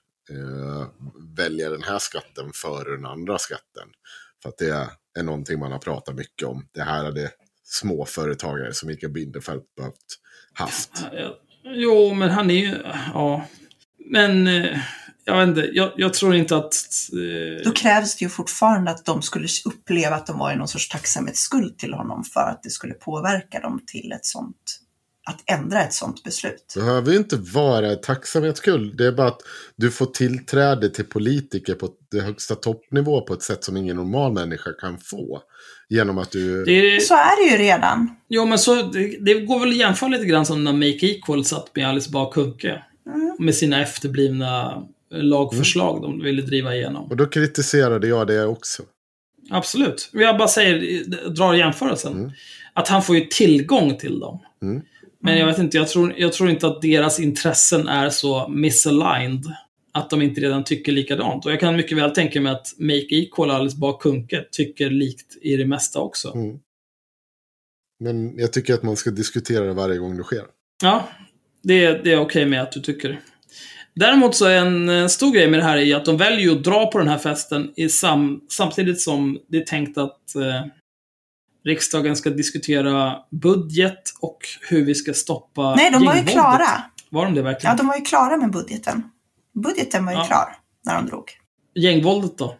välja den här skatten före den andra skatten. För att det är någonting man har pratat mycket om. Det här är det småföretagare som Mikael Bindefeld behövt haft. Jo, men han är ju... Ja. Men jag vet inte. Jag tror inte att... Då krävs det ju fortfarande att de skulle uppleva att de var i någon sorts tacksamhetsskuld till honom för att det skulle påverka dem till ett sånt... Att ändra ett sånt beslut. Det behöver ju inte vara tacksamhetsskuld. Det är bara att du får tillträde till politiker på det högsta toppnivå på ett sätt som ingen normal människa kan få. Genom att du... Så är det ju redan. Jo, men så, det går väl att jämföra lite grann som när Make Equal satt med Alice Bah Kuhnke. Med sina efterblivna lagförslag de ville driva igenom. Och då kritiserade jag det också. Absolut. Jag bara säger, drar jämförelsen. Att han får ju tillgång till dem. Men jag vet inte, jag tror inte att deras intressen är så misaligned att de inte redan tycker likadant. Och jag kan mycket väl tänka mig att Make Equal och Alice Bah Kuhnke tycker likt i det mesta också. Men jag tycker att man ska diskutera det varje gång det sker. Ja, det är okej med att du tycker. Däremot så är en stor grej med det här är att de väljer att dra på den här festen samtidigt som det är tänkt att riksdagen ska diskutera budget och hur vi ska stoppa Nej, de var ju klara. Var de det verkligen? Ja, de var ju klara med budgeten. Budgeten var ju klar när de drog. Gängvåldet då?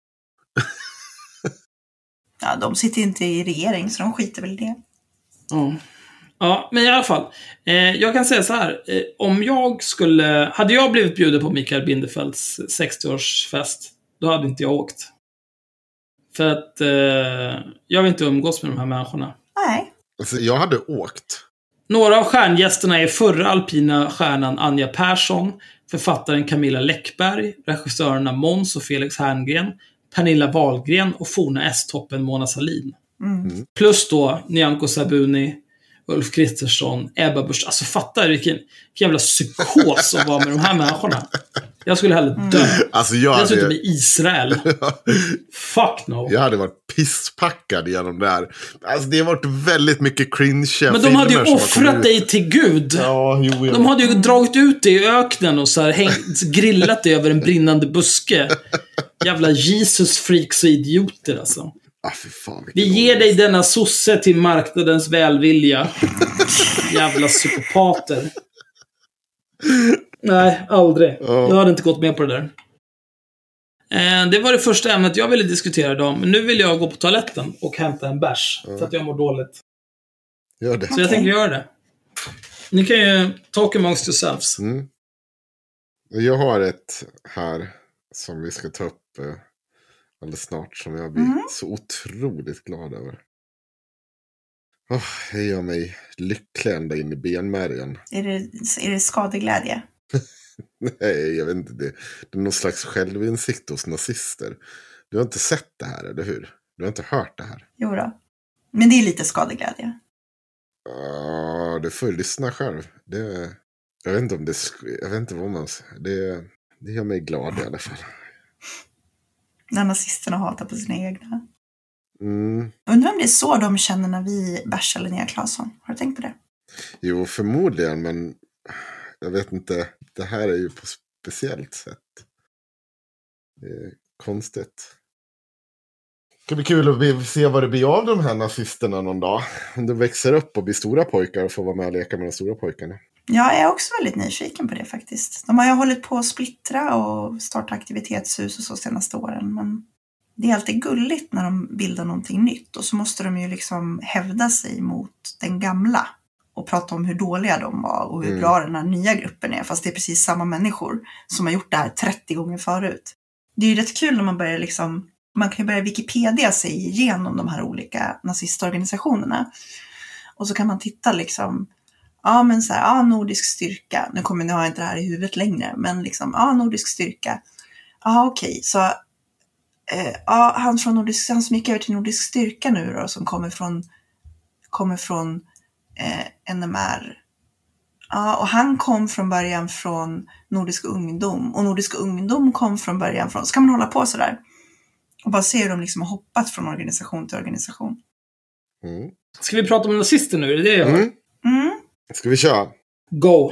Ja, de sitter inte i regering så de skiter väl i det. Ja, men i alla fall. Jag kan säga så här. Hade jag blivit bjuden på Mikael Bindefelds 60-årsfest, då hade inte jag åkt. För att jag vill inte umgås med de här människorna. Nej. Alltså, jag hade åkt. Några av stjärngästerna är förra alpina stjärnan Anja Persson, författaren Camilla Läckberg, regissörerna Måns och Felix Herngren, Pernilla Wahlgren och forna S-toppen Mona Sahlin. Plus då Nyamko Sabuni, Ulf Kristersson, Ebba Busch. Alltså fattar vilken jävla psykos att vara med de här människorna. Jag skulle hellre dö. Alltså dessutom i Israel. Fuck no. Jag hade varit pisspackad genom det här. Alltså det har varit väldigt mycket cringe. Men de hade ju offrat dig till Gud. Ja, jo. De hade ju dragit ut dig i öknen och så här grillat dig över en brinnande buske. Jävla Jesus-freaks och idioter alltså. Fy fan, vi ger dig denna sosse till marknadens välvilja. Jävla psykopater. Nej, aldrig. Ja. Jag hade inte gått med på det där. Det var det första ämnet jag ville diskutera idag. Men nu vill jag gå på toaletten och hämta en bärs. För att jag mår dåligt. Gör det. Så jag tänker göra det. Ni kan ju talk amongst yourselves. Mm. Jag har ett här som vi ska ta upp alldeles snart. Som jag blir så otroligt glad över. Det gör mig lycklig ända in i benmärgen. Är det skadeglädje? Nej, jag vet inte. Det är någon slags självinsikt hos nazister. Du har inte sett det här, eller hur? Du har inte hört det här. Jo då. Men det är lite skadeglädje. Ja, du får lyssna själv. Jag vet inte om det... Jag vet inte vad man... Det gör mig glad i alla fall. När nazisterna hatar på sina egna. Mm. Undrar om det är så de känner när vi bärsar Linnea Claesson. Har du tänkt på det? Jo, förmodligen, men... Jag vet inte. Det här är ju på speciellt sätt. Det är konstigt. Det ska bli kul att se vad det blir av de här nazisterna någon dag. Om de växer upp och blir stora pojkar och får vara med och leka med de stora pojkarna. Jag är också väldigt nyfiken på det faktiskt. De har ju hållit på att splittra och starta aktivitetshus och så senaste åren. Men det är alltid gulligt när de bildar någonting nytt. Och så måste de ju liksom hävda sig mot den gamla. Och prata om hur dåliga de var och hur bra den här nya gruppen är. Fast det är precis samma människor som har gjort det här 30 gånger förut. Det är ju rätt kul när man börjar liksom... Man kan ju börja Wikipedia sig igenom de här olika nazistorganisationerna. Och så kan man titta liksom... Ja, men så här, nordisk styrka. Nu har jag inte det här i huvudet längre. Men liksom, nordisk styrka. Ja, okej. Så, han som gick över till nordisk styrka nu då. Som kommer från NMR. Ja, och han kom från början från Nordisk ungdom. Och Nordisk ungdom kom från början från... Så kan man hålla på sådär. Och bara se hur de liksom har hoppat från organisation till organisation. Mm. Ska vi prata om nazister nu? Är det det jag hör? Ska vi köra? Go!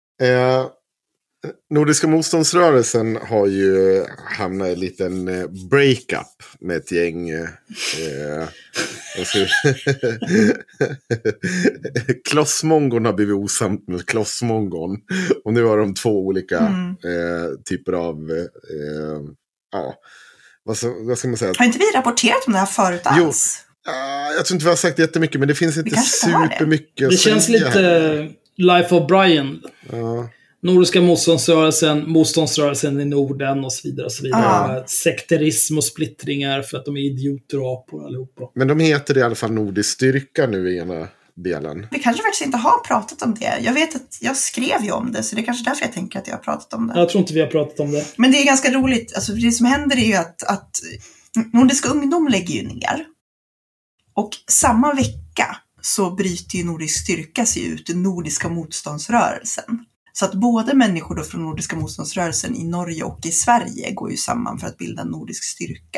Nordiska motståndsrörelsen har ju hamnat i en liten breakup med ett gäng klossmongon har blivit osams med klossmongon och nu har de två olika typer av vad ska man säga? Har inte vi rapporterat om det här förut alls? Jag tror inte vi har sagt jättemycket, men det finns inte supermycket. Det känns lite Life of Brian. Ja. Nordiska motståndsrörelsen i Norden och så vidare. Och så vidare. Sekterism och splittringar för att de är idioter och apor allihopa. Men de heter i alla fall Nordisk styrka nu i ena delen. Vi kanske faktiskt inte har pratat om det. Jag vet att jag skrev ju om det, så det är kanske därför jag tänker att jag har pratat om det. Jag tror inte vi har pratat om det. Men det är ganska roligt. Alltså, det som händer är ju att Nordiska ungdom lägger ju ner. Och samma vecka så bryter ju Nordisk styrka sig ut i Nordiska motståndsrörelsen. Så att både människor då från Nordiska motståndsrörelsen i Norge och i Sverige går ju samman för att bilda en Nordisk styrka.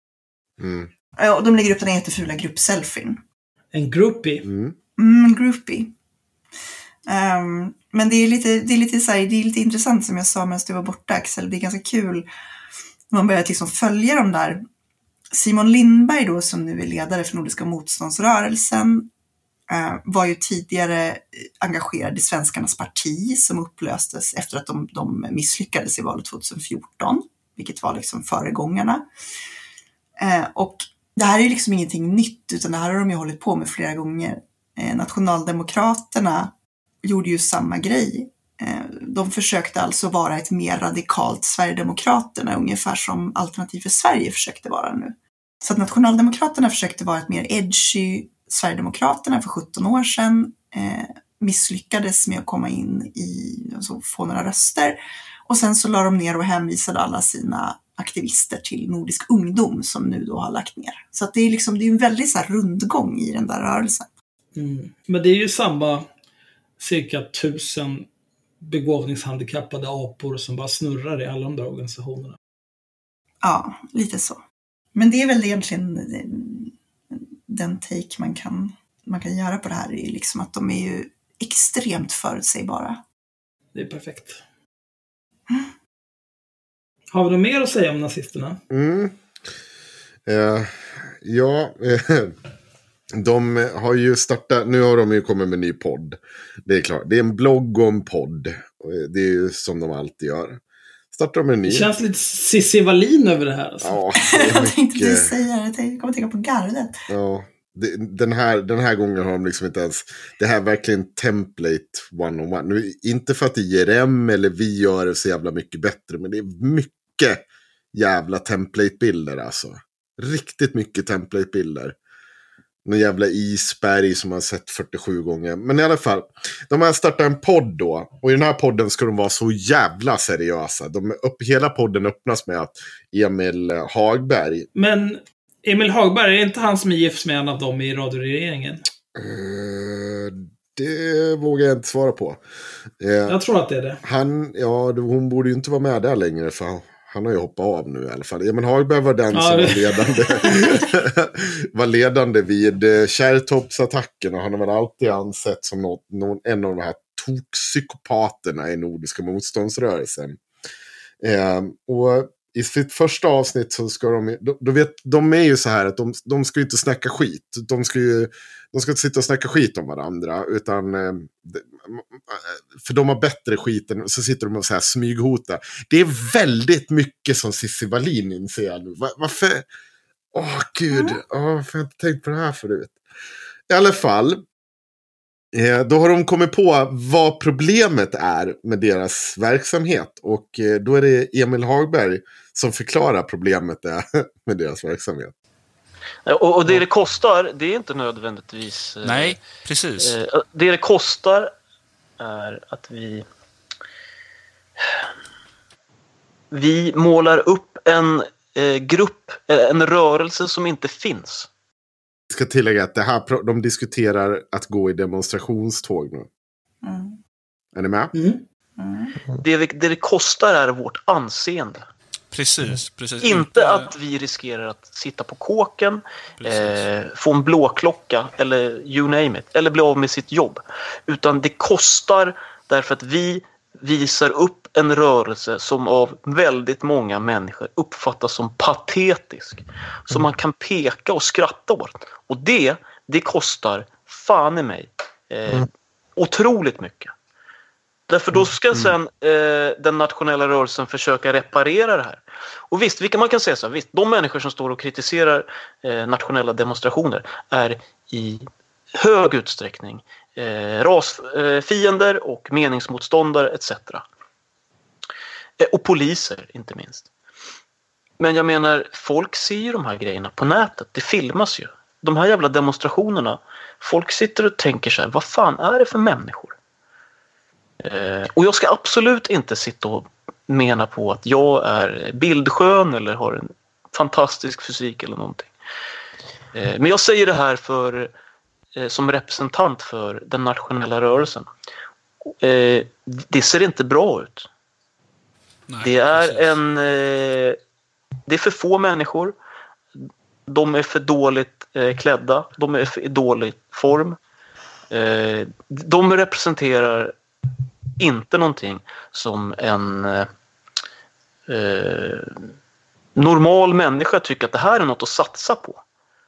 Och de lägger upp den jättefula gruppselfien. En groupie? En groupie. Men det är lite intressant som jag sa medan du var borta, Axel. Det är ganska kul när man börjar liksom följa de där. Simon Lindberg då, som nu är ledare för Nordiska motståndsrörelsen, var ju tidigare engagerad i Svenskarnas parti som upplöstes efter att de misslyckades i valet 2014, vilket var liksom föregångarna. Och det här är ju liksom ingenting nytt, utan det här har de ju hållit på med flera gånger. Nationaldemokraterna gjorde ju samma grej. De försökte alltså vara ett mer radikalt Sverigedemokraterna, ungefär som Alternativ för Sverige försökte vara nu. Så att Nationaldemokraterna försökte vara ett mer edgy Sverigedemokraterna för 17 år sedan, misslyckades med att komma in alltså få några röster. Och sen så la de ner och hänvisade alla sina aktivister till Nordisk ungdom som nu då har lagt ner. Så att det är liksom, det är en väldigt så här rundgång i den där rörelsen. Men det är ju samma cirka 1000 begåvningshandikappade apor som bara snurrar i alla de där organisationerna. Ja, lite så. Men det är väl egentligen den take man kan göra på det här, är liksom att de är ju extremt förutsägbara. Det är perfekt. Har vi något mer att säga om nazisterna? De har ju startat, nu har de ju kommit med en ny podd. Det är klart, det är en blogg och en podd. Och det är ju som de alltid gör. Startar de en ny. Det känns lite Cissi Wallin över det här. Alltså. Ja, Jag tänkte du säga det. Jag kommer tänka på gardet. Ja, den här gången har de liksom inte ens... Det här är verkligen template 101. Nu, inte för att det ger dem eller vi gör det så jävla mycket bättre. Men det är mycket jävla template-bilder alltså. Riktigt mycket template-bilder. Någon jävla isberg som man har sett 47 gånger. Men i alla fall, de har startat en podd då. Och i den här podden ska de vara så jävla seriösa. Hela podden öppnas med att Emil Hagberg. Men Emil Hagberg, är inte han som är gift med en av dem i radioregeringen? Det vågar jag inte svara på. Jag tror att det är det. Hon borde ju inte vara med där längre för han har ju hoppat av nu i alla fall. Emil Hagberg var den som var ledande. var ledande vid Kärrtorpsattacken. Och han har väl alltid ansett som en av de här tokpsykopaterna i Nordiska motståndsrörelsen. Och i sitt första avsnitt så ska de är ju så här att de ska ju inte snacka skit. De ska inte sitta och snacka skit om varandra. Utan för de har bättre skit än, så sitter de och så här smyghota. Det är väldigt mycket som Cissi Wallin inser nu. Varför? Gud. Varför har jag inte tänkt på det här förut? I alla fall. Då har de kommit på vad problemet är med deras verksamhet. Och då är det Emil Hagberg som förklarar problemet är med deras verksamhet. Och det kostar, det är inte nödvändigtvis... Nej, precis. Det kostar är att vi målar upp en grupp, en rörelse som inte finns. Jag ska tillägga att de diskuterar att gå i demonstrationståg nu. Är ni med? Det kostar är vårt anseende. Precis. Inte att vi riskerar att sitta på kåken, få en blåklocka eller you name it, eller bli av med sitt jobb. Utan det kostar därför att vi visar upp en rörelse som av väldigt många människor uppfattas som patetisk. Som man kan peka och skratta åt. Och det kostar fan i mig otroligt mycket. Därför då ska sen den nationella rörelsen försöka reparera det här. Och visst, man kan säga så här, visst, de människor som står och kritiserar nationella demonstrationer är i hög utsträckning rasfiender och meningsmotståndare etc. Och poliser inte minst. Men jag menar, folk ser ju de här grejerna på nätet. Det filmas ju. De här jävla demonstrationerna, folk sitter och tänker så här, vad fan är det för människor? Och jag ska absolut inte sitta och mena på att jag är bildskön eller har en fantastisk fysik eller någonting. Men jag säger det här som representant för den nationella rörelsen. Det ser inte bra ut. Nej, det är för få människor. De är för dåligt klädda. De är för dålig form. De representerar inte någonting som en normal människa tycker att det här är något att satsa på.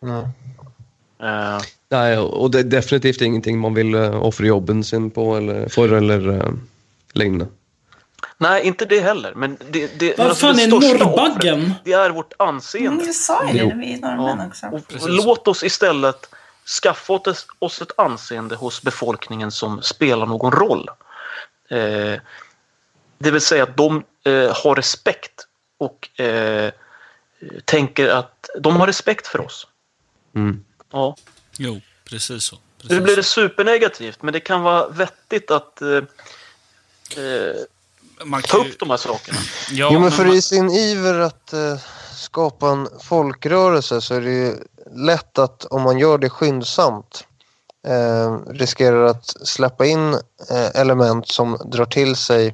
Nej, och det är definitivt ingenting man vill offra jobben sin på eller längre. Nej, inte det heller. Men vad fan är norrbaggen? Det är vårt anseende. Vi sa ju det när vi är norrmän också. Och låt oss istället skaffa oss ett anseende hos befolkningen som spelar någon roll. Det vill säga att de har respekt och tänker att de har respekt för oss. Ja. Jo, precis så. Nu blir det supernegativt, men det kan vara vettigt att ta upp de här sakerna. Ja, men för i sin iver att skapa en folkrörelse så är det ju lätt att om man gör det skyndsamt riskerar att släppa in element som drar till sig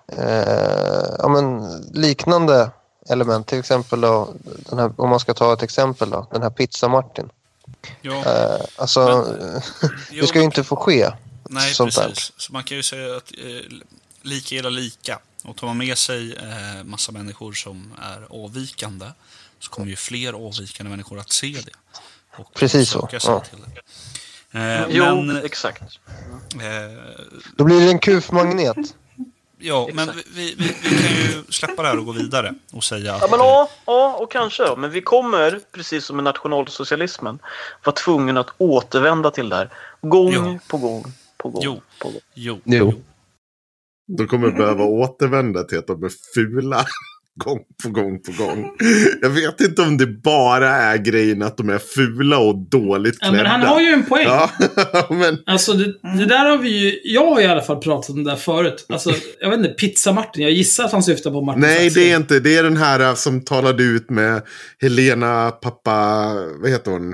liknande element. Till exempel då, den här, om man ska ta ett exempel då, den här Pizza Martin. Ja. Det ska ju inte få ske. Nej, sånt precis. där. Så man kan ju säga att lika gillar lika. Och tar man med sig massa människor som är avvikande så kommer ju fler avvikande människor att se det. Och precis så. Ja. Till det. Exakt. Då blir det en kufmagnet. Ja, Exakt. men vi kan ju släppa det här och gå vidare och säga att... Ja, och kanske då. Men vi kommer, precis som med nationalsocialismen, vara tvungna att återvända till det här. Gång på gång. Jo. De kommer behöva återvända till att de är fula. Gång på gång. Jag vet inte om det bara är grejen att de är fula och dåligt klädda. Ja, men han har ju en poäng. Ja, men... Alltså det där har vi ju... Jag har i alla fall pratat om det där förut. Alltså, jag vet inte, Pizza Martin. Jag gissar att han syftar på Martin. Nej, det är inte. Det är den här som talade ut med Helena pappa... Vad heter hon?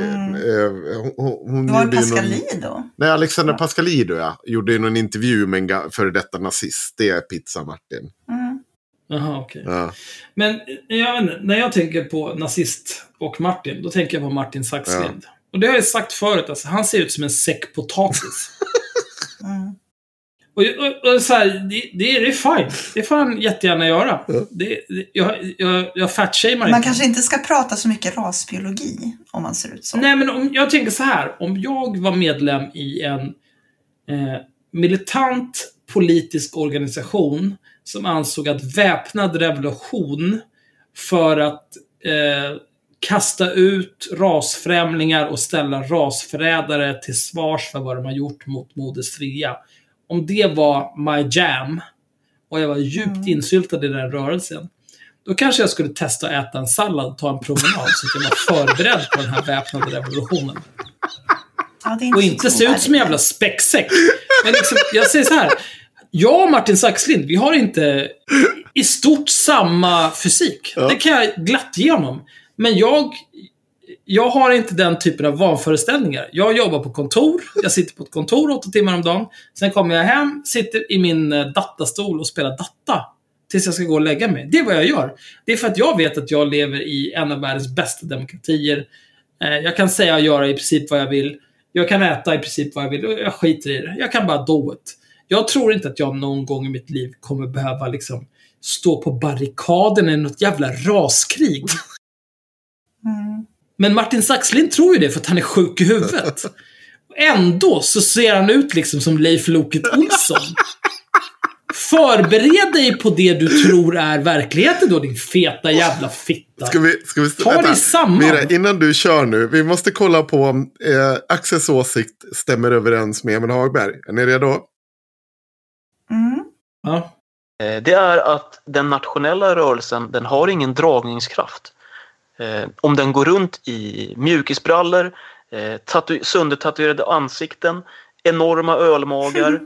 Hon Det var gjorde Pascalido. Nej, Alexander Pascalido, ja. Gjorde ju någon intervju med en före detta nazist. Det är Pizza Martin. Jaha, okej. Ja. Men jag vet inte, när jag tänker på nazist och Martin, då tänker jag på Martin Saxlind. Ja. Och det har jag sagt förut, alltså, han ser ut som en säck potatis. Och så här, det är fine. Det får han jättegärna göra. Jag fatshamear inte. Man kanske inte ska prata så mycket rasbiologi om man ser ut så. Nej, men jag tänker så här. Om jag var medlem i en militant politisk organisation som ansåg att väpnad revolution för att kasta ut rasfrämlingar och ställa rasförrädare till svars för vad de har gjort mot Moder Svea. Om det var my jam och jag var djupt insyltad i den rörelsen, då kanske jag skulle testa att äta en sallad och ta en promenad så att jag var förberedd på den här väpnade revolutionen. Ja, och inte se ut som en jävla späcksäck. Men liksom, jag säger så här. Jag och Martin Saxlind, vi har inte i stort samma fysik. Ja. Det kan jag glatt ge honom. Men jag har inte den typen av vanföreställningar. Jag jobbar på kontor. Jag sitter på ett kontor 8 timmar om dagen. Sen kommer jag hem, sitter i min datastol och spelar data tills jag ska gå och lägga mig. Det är vad jag gör. Det är för att jag vet att jag lever i en av världens bästa demokratier. Jag kan säga och göra i princip vad jag vill. Jag kan äta i princip vad jag vill. Jag skiter i det. Jag kan bara do it. Jag tror inte att jag någon gång i mitt liv kommer behöva liksom stå på barrikaden i något jävla raskrig. Men Martin Saxlind tror ju det för att han är sjuk i huvudet. Ändå så ser han ut liksom som Leif Loket Olsson. Förbered dig på det du tror är verkligheten då, din feta jävla fitta. Ska vi ta dig samman. Mira, innan du kör nu, vi måste kolla på om Axels åsikt stämmer överens med Emil Hagberg. Är ni redo? Ja. Det är att den nationella rörelsen, den har ingen dragningskraft. Om den går runt i mjukisbrallor, söndertatuerade ansikten, enorma ölmagar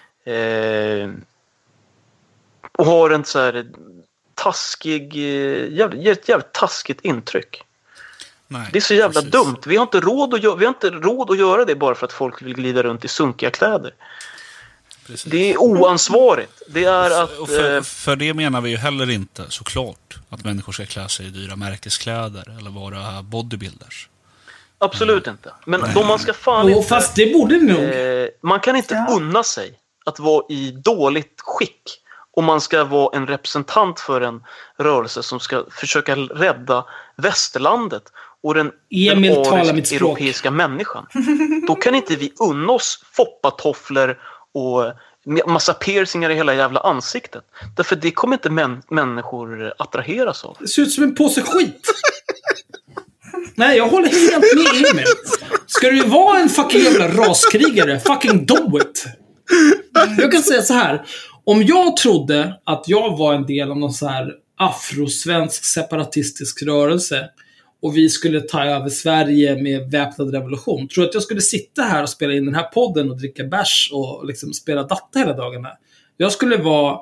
och har en så här taskig, jävligt taskigt intryck. Nej, det är så jävla dumt. Vi har inte råd att göra det bara för att folk vill glida runt i sunkiga kläder. Precis. Det är oansvarigt. Det är att, och för det menar vi ju heller inte såklart att människor ska klä sig i dyra märkeskläder eller vara bodybuilders. Absolut inte. Men man ska fan inte... Fast det borde nog. Man kan inte unna sig att vara i dåligt skick om man ska vara en representant för en rörelse som ska försöka rädda västerlandet och den europeiska människan. Då kan inte vi unna oss foppatofflor och massa piercingar i hela jävla ansiktet. Därför det kommer inte människor attraheras av. Det ser ut som en påse skit. Nej, jag håller helt med Emil. Ska du vara en fucking jävla raskrigare, fucking do it. Jag kan säga så här. Om jag trodde att jag var en del av någon så här afrosvensk separatistisk rörelse och vi skulle ta över Sverige med väpnad revolution, tror att jag skulle sitta här och spela in den här podden och dricka bärs och liksom spela data hela dagarna. Jag skulle vara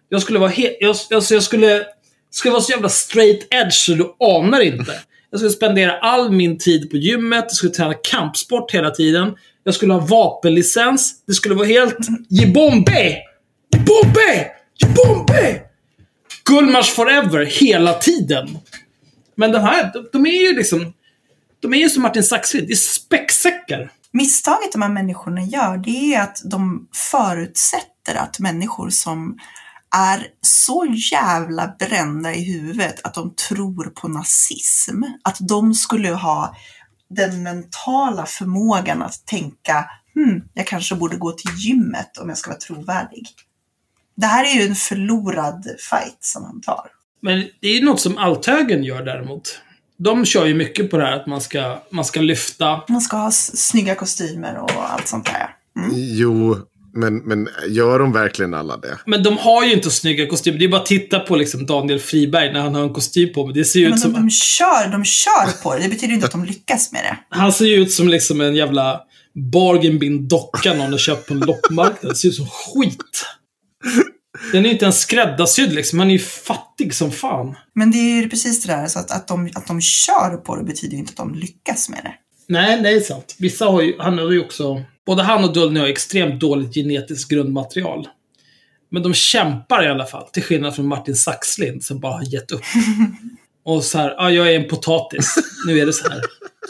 så jävla straight edge så du anar inte. Jag skulle spendera all min tid på gymmet, jag skulle träna kampsport hela tiden. Jag skulle ha vapenlicens, det skulle vara helt Jibombe! Gullmars forever hela tiden. Men de är ju liksom, de är ju som Martin Saxlind, det är späcksäckar. Misstaget de här människorna gör, det är att de förutsätter att människor som är så jävla brända i huvudet att de tror på nazism, att de skulle ha den mentala förmågan att tänka jag kanske borde gå till gymmet om jag ska vara trovärdig. Det här är ju en förlorad fight som han tar. Men det är ju något som althögern gör däremot. De kör ju mycket på det här att man ska lyfta. Man ska ha snygga kostymer och allt sånt där. Jo, men gör de verkligen alla det? Men de har ju inte snygga kostymer. Det är bara att titta på liksom Daniel Friberg när han har en kostym på. Men det ser ju ut som... de kör på det. Det betyder inte att de lyckas med det. Han ser ju ut som liksom en jävla bargain bin docka någon har köpt på en loppmarknad. Det ser ut som skit. Den är inte en skräddarsydd liksom. Han är ju fattig som fan. Men det är ju precis det där. Så att de kör på det betyder ju inte att de lyckas med det. Nej, det är sant. Vissa har ju... Han har ju också... Både han och Dullny har extremt dåligt genetiskt grundmaterial. Men de kämpar i alla fall. Till skillnad från Martin Saxlind som bara har gett upp. Och så här, jag är en potatis. Nu är det så här.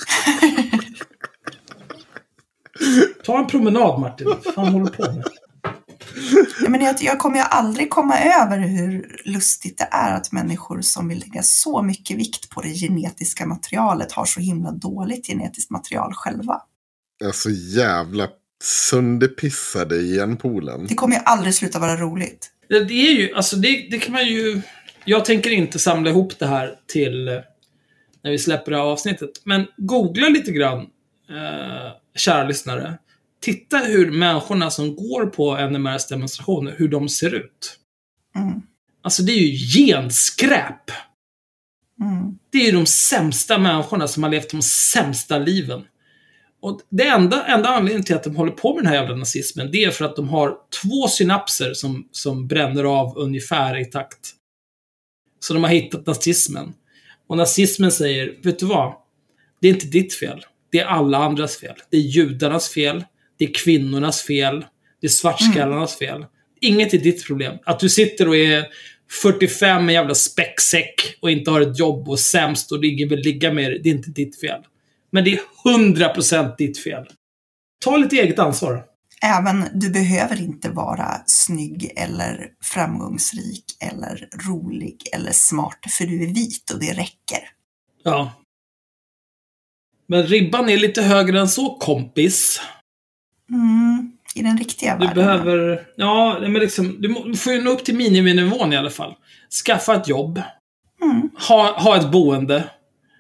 Ta en promenad, Martin. Vad fan håller du på med? Ja, men jag kommer ju aldrig komma över hur lustigt det är att människor som vill lägga så mycket vikt på det genetiska materialet har så himla dåligt genetiskt material själva. Alltså jävla sönderpissade i genpoolen. Det kommer ju aldrig sluta vara roligt. Det är ju, alltså det kan man ju... Jag tänker inte samla ihop det här till när vi släpper det här avsnittet. Men googla lite grann, kära lyssnare. Titta hur människorna som går på NMRs demonstrationer, hur de ser ut. Alltså det är ju genskräp. Det är ju de sämsta människorna som har levt de sämsta liven. Och det enda anledningen till att de håller på med den här jävla nazismen, det är för att de har 2 synapser som bränner av ungefär i takt. Så de har hittat nazismen. Och nazismen säger, vet du vad? Det är inte ditt fel. Det är alla andras fel. Det är judarnas fel. Det är kvinnornas fel. Det är svartskallarnas fel. Inget är ditt problem. Att du sitter och är 45 med jävla späcksäck och inte har ett jobb och sämst och ingen vill ligga med det är inte ditt fel. Men det är 100% ditt fel. Ta lite eget ansvar. Även du behöver inte vara snygg eller framgångsrik eller rolig eller smart för du är vit och det räcker. Ja. Men ribban är lite högre än så, kompis. I den riktiga världen. Du behöver... Ja, men liksom... Du får ju nå upp till miniminivån i alla fall. Skaffa ett jobb. Ha ett boende.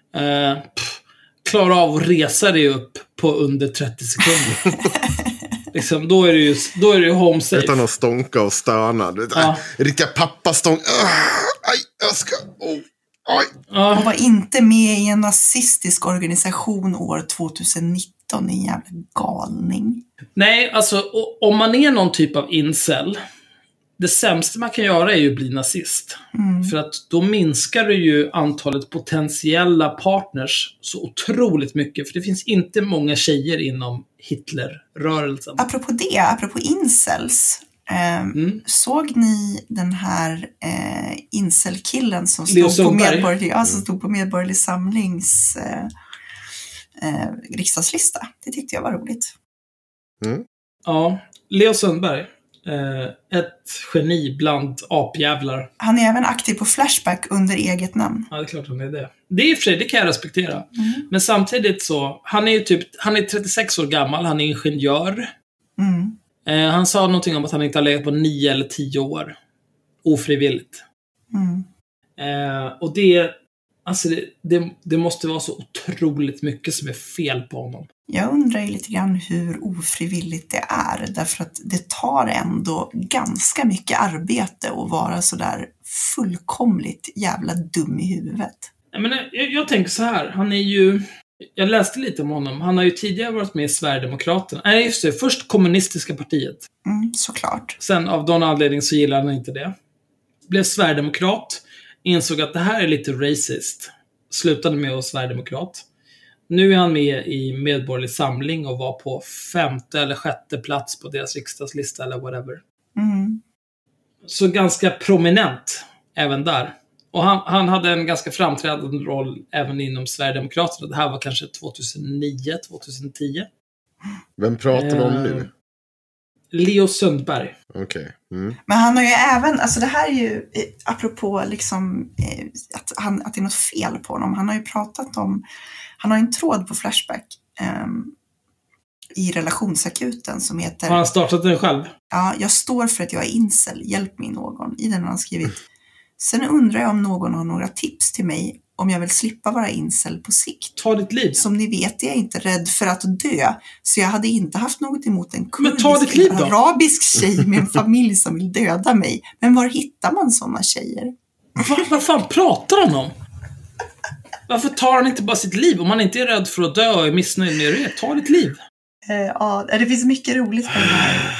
Klara av att resa dig upp på under 30 sekunder. Liksom, då är det ju home safe. Utan att stånka och stöna. Ja. Riktiga pappastång. Aj, jag ska... Aj. Ja. Och var inte med i en nazistisk organisation år 2019. En jävla galning. Nej, alltså om man är någon typ av incel, det sämsta man kan göra är ju att bli nazist. För att då minskar du ju antalet potentiella partners så otroligt mycket. För det finns inte många tjejer inom Hitlerrörelsen. Apropå incels. Såg ni den här incel-killen som stod på Medborgerlig Samlings riksdagslista? Det tyckte jag var roligt. Ja, Leo Sundberg. Ett geni bland apjävlar. Han är även aktiv på Flashback under eget namn. Ja, det är klart han är det. Det är i och för sig, det kan jag respektera. Men samtidigt så, han är 36 år gammal, han är ingenjör. Han sa någonting om att han inte har legat på 9 eller 10 år. Ofrivilligt. Och det måste vara så otroligt mycket som är fel på honom. Jag undrar ju lite grann hur ofrivilligt det är. Därför att det tar ändå ganska mycket arbete att vara så där fullkomligt jävla dum i huvudet. Jag tänker så här. Han är ju... Jag läste lite om honom. Han har ju tidigare varit med i Sverigedemokraterna. Nej, just det. Först kommunistiska partiet. Såklart. Sen av någon anledning så gillar han inte det. Blev Sverigedemokrat. Insåg att det här är lite racist. Slutade med att vara Sverigedemokrat. Nu är han med i Medborgerlig Samling och var på 5:e eller 6:e plats på deras riksdagslista eller whatever. Så ganska prominent även där. Och han hade en ganska framträdande roll även inom Sverigedemokraterna. Det här var kanske 2009, 2010. Vem pratar vi om nu? Leo Sundberg. Okej. Men han har ju även, alltså det här är ju apropå liksom att det är något fel på honom. Han har ju pratat om, han har en tråd på Flashback i relationsakuten som heter... Har han startat den själv? Ja, jag står för att jag är incel. Hjälp mig någon. I den har han skrivit. Sen undrar jag om någon har några tips till mig om jag vill slippa vara incel på sikt. Ta ditt liv. Som ni vet är jag inte rädd för att dö. Så jag hade inte haft något emot en Men ta ditt liv då. arabisk tjej med en familj som vill döda mig. Men var hittar man sådana tjejer? Vad fan pratar han om? Varför tar han inte bara sitt liv? Om man inte är rädd för att dö och är missnöjd med det, ta ditt liv. Ja, det finns mycket roligt med det här.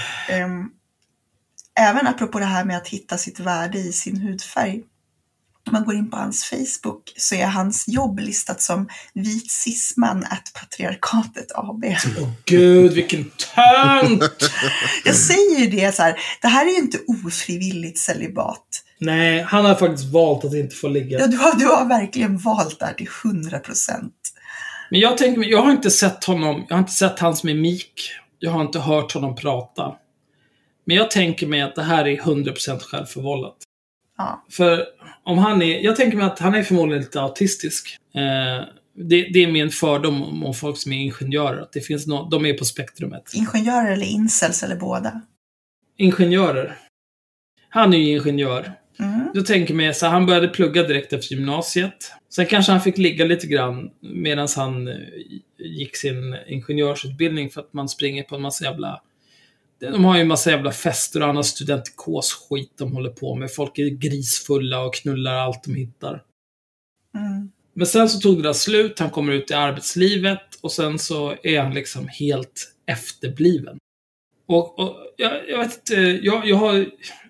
Även apropå det här med att hitta sitt värde i sin hudfärg. Om man går in på hans Facebook så är hans jobb listat som vit cisman @patriarkatet AB. Åh gud, vilken tönt! Jag säger ju det så här, det här är ju inte ofrivilligt celibat. Nej, han har faktiskt valt att inte få ligga. Ja, du har verkligen valt där till 100%. Men jag tänker, jag har inte sett honom, jag har inte sett hans mimik. Jag har inte hört honom prata. Men jag tänker mig att det här är 100% självförvållat. Ja. För om han är, jag tänker mig att han är förmodligen lite autistisk. Det är min fördom om folk som är ingenjörer. Att det finns de är på spektrumet. Ingenjörer eller incels eller båda? Ingenjörer. Han är ju ingenjör. Mm. Då tänker jag så han började plugga direkt efter gymnasiet. Sen kanske han fick ligga lite grann medan han gick sin ingenjörsutbildning för att man springer på en massa jävla... De har ju en massa jävla fester och andra studentikos-skit de håller på med. Folk är grisfulla och knullar allt de hittar. Mm. Men sen så tog det där slut. Han kommer ut i arbetslivet och sen så är han liksom helt efterbliven. Och jag vet inte, jag har...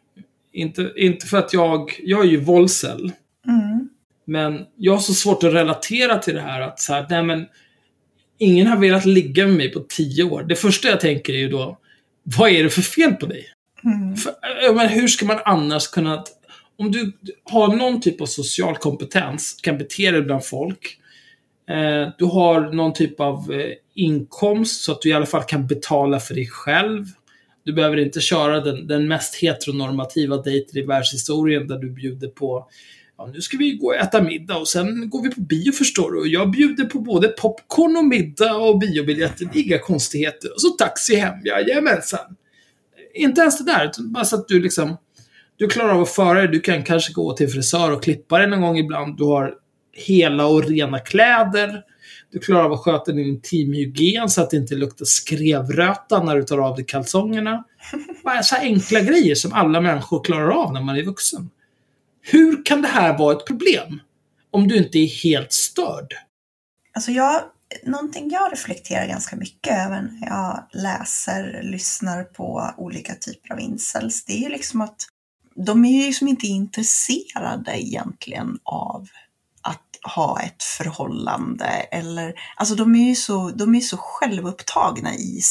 Inte för att jag är ju våldsel. Mm. Men jag har så svårt att relatera till det här. Att så här, nej men ingen har velat ligga med mig på 10 år. Det första jag tänker är ju då, vad är det för fel på dig? Mm. Men hur ska man annars kunna... Om du har någon typ av social kompetens, kan bete dig bland folk. Du har någon typ av inkomst så att du i alla fall kan betala för dig själv. Du behöver inte köra den mest heteronormativa dejten i världshistorien där du bjuder på, ja nu ska vi gå och äta middag och sen går vi på bio förstår du. Och jag bjuder på både popcorn och middag och biobiljetter, inga konstigheter. Och så taxi hem, jajamensan. Inte ens det där, bara så att du liksom, du klarar av att föra dig. Du kan kanske gå till frisör och klippa dig någon gång ibland. Du har hela och rena kläder. Du klarar av att sköta din intimhygien så att det inte luktar skrevröta när du tar av dig kalsongerna. Bara så enkla grejer som alla människor klarar av när man är vuxen. Hur kan det här vara ett problem? Om du inte är helt störd. Alltså någonting jag reflekterar ganska mycket över när jag läser, lyssnar på olika typer av incels. Det är ju liksom att de är ju liksom inte intresserade egentligen av att ha ett förhållande eller alltså de är så självupptagna i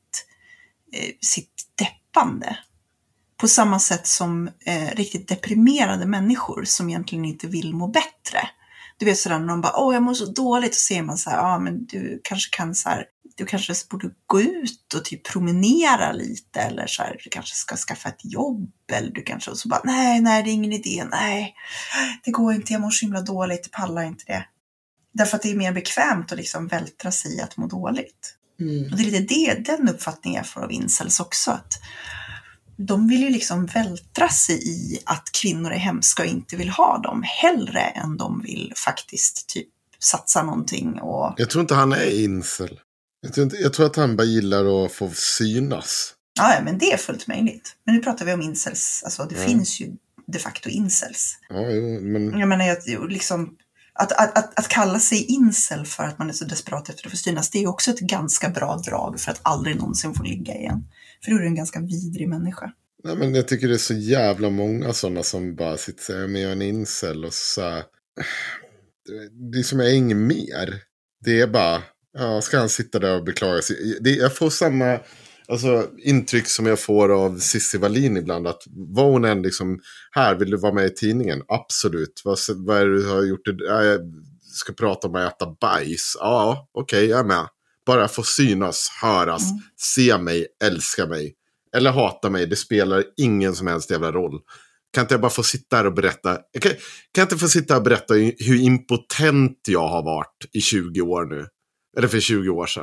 sitt deppande på samma sätt som riktigt deprimerade människor som egentligen inte vill må bättre. Du vet sådär när de bara jag mår så dåligt och ser man så här men du kanske kan så här, du kanske borde gå ut och typ promenera lite eller så här, du kanske ska skaffa ett jobb eller du kanske och så bara nej det är ingen idé, nej det går inte, jag mår så himla dåligt, pallar inte det. Därför att det är mer bekvämt att liksom vältra sig i att må dåligt. Mm. Och det är lite den uppfattningen jag får av incels också, att de vill ju liksom vältra sig i att kvinnor är hemska och inte vill ha dem hellre än de vill faktiskt typ satsa någonting och... Jag tror inte han är incel. Jag tror att han bara gillar att få synas. Ja, men det är fullt möjligt. Men nu pratar vi om incels. Alltså det finns ju de facto incels. Ja, men... Jag menar liksom... Att kalla sig incel för att man är så desperat efter att få synas, det är ju också ett ganska bra drag för att aldrig någonsin få ligga igen. För då är du en ganska vidrig människa. Nej, men jag tycker det är så jävla många sådana som bara sitter och säger, men jag är en incel och så här, det är som jag är inget mer. Det är bara, ska han sitta där och beklaga sig? Jag får samma intryck som jag får av Cissi Wallin ibland, att var hon än liksom, här vill du vara med i tidningen? Absolut. Vad är det du har gjort? Jag ska prata om att äta bajs. Ja, okej, jag är med. Bara få synas, höras, se mig, älska mig. Eller hata mig, det spelar ingen som helst jävla roll. Kan inte jag bara få sitta här och berätta? Kan jag inte få sitta här och berätta hur impotent jag har varit i 20 år nu? Eller för 20 år sedan.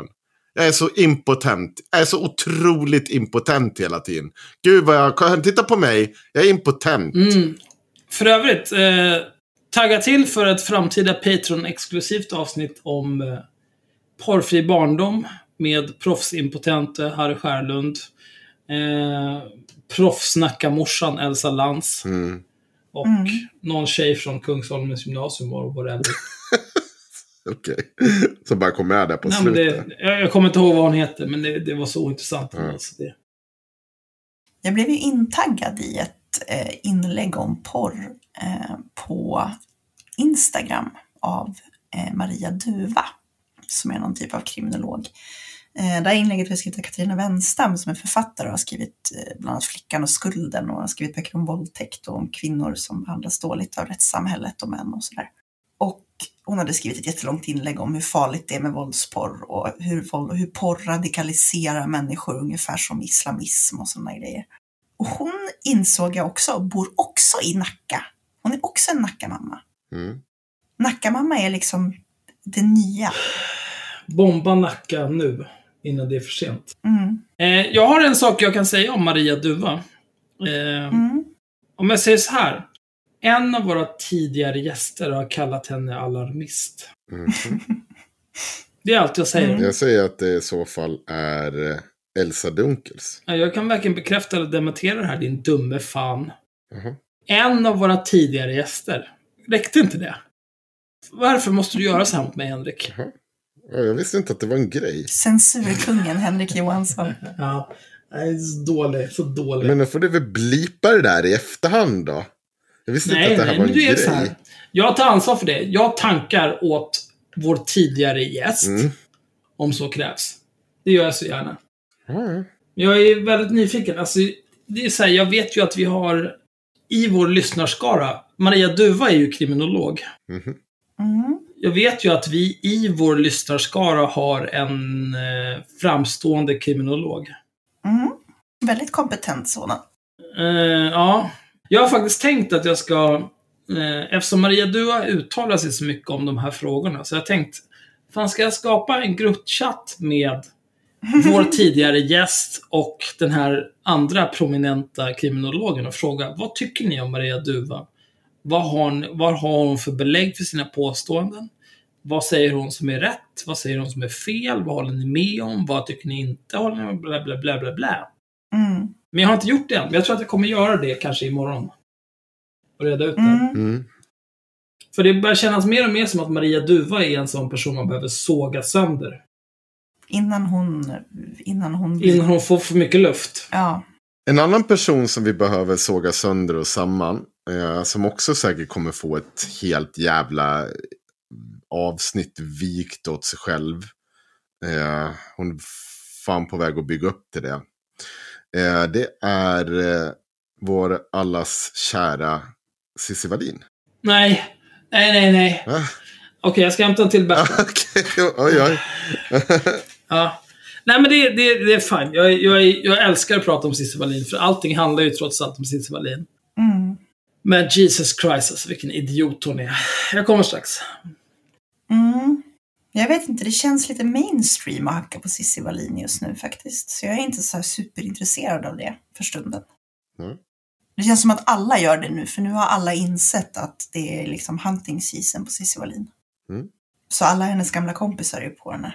Jag är så impotent. Jag är så otroligt impotent hela tiden. Gud vad jag kan titta på mig. Jag är impotent. För övrigt, tagga till för ett framtida Patreon-exklusivt avsnitt om porrfri barndom med proffsimpotente Harry Skärlund. Proffsnackarmorsan Elsa Lantz. Och någon tjej från Kungsholmens gymnasium var det äldre. Okej. Så bara kom med där på slutet. Jag kommer inte ihåg vad hon heter, men det var så intressant. Alltså det. Jag blev ju intaggad i ett inlägg om porr på Instagram av Maria Duva, som är någon typ av kriminolog. Det här inlägget har skrivit av Katarina Wenstam, som är författare och har skrivit bland annat Flickan och skulden, och har skrivit böcker om våldtäkt och om kvinnor som behandlas dåligt av rättssamhället och män och sådär. Och hon hade skrivit ett jättelångt inlägg om hur farligt det är med våldsporr och hur porr radikaliserar människor ungefär som islamism och sådana grejer. Och hon, insåg jag också, bor också i Nacka. Hon är också en Nackamamma. Nackamamma är liksom det nya. Bomba Nacka nu, innan det är för sent. Jag har en sak jag kan säga om Maria Duva. Om jag säger så här. En av våra tidigare gäster har kallat henne alarmist. Det är allt jag säger. Jag säger att det i så fall är Elsa Dunkels. Jag kan verkligen bekräfta eller dementera det här, din dumme fan. En av våra tidigare gäster. Räckte inte det? Varför måste du göra så här mot mig, Henrik? Jag visste inte att det var en grej. Censurkungen Henrik Johansson. Ja, det är så dålig. Men då får du väl blipa det där i efterhand då? Jag visste inte att det här var en grej. Så här. Jag tar ansvar för det. Jag tankar åt vår tidigare gäst. Om så krävs. Det gör jag så gärna. Jag är väldigt nyfiken. Alltså, det är så här, jag vet ju att vi har i vår lyssnarskara, Maria Duva är ju kriminolog. Jag vet ju att vi i vår lyssnarskara har en framstående kriminolog. Väldigt kompetent sådan. Ja. Jag har faktiskt tänkt att jag ska, eftersom Maria Duva uttalar sig så mycket om de här frågorna, så jag har tänkt, ska jag skapa en gruppchatt med vår tidigare gäst och den här andra prominenta kriminologen och fråga, vad tycker ni om Maria Duva? Vad har hon för belägg för sina påståenden? Vad säger hon som är rätt? Vad säger hon som är fel? Vad håller ni med om? Vad tycker ni inte håller ni med? Bla bla bla bla bla. Men jag har inte gjort det än. Men jag tror att jag kommer göra det kanske imorgon. Och reda ut det. För det börjar kännas mer och mer som att Maria Duva är en sån person man behöver såga sönder. Innan hon får för mycket luft. Ja. En annan person som vi behöver såga sönder och samman, som också säkert kommer få ett helt jävla avsnitt vikt åt sig själv. Hon är fan på väg att bygga upp till det. Det är vår allas kära Cissi Wallin. Nej. Okej, jag ska hämta en till bärs. Oj. Ja. Nej, men det är fine. Jag älskar att prata om Cissi Wallin, för allting handlar ju trots allt om Cissi Wallin. Men Jesus Christ, alltså, vilken idiot hon är. Jag kommer strax. Jag vet inte, det känns lite mainstream att hacka på Cissi Wallin just nu faktiskt. Så jag är inte så här superintresserad av det för stunden. Det känns som att alla gör det nu, för nu har alla insett att det är liksom hunting season på Cissi Wallin. Så alla hennes gamla kompisar är på henne.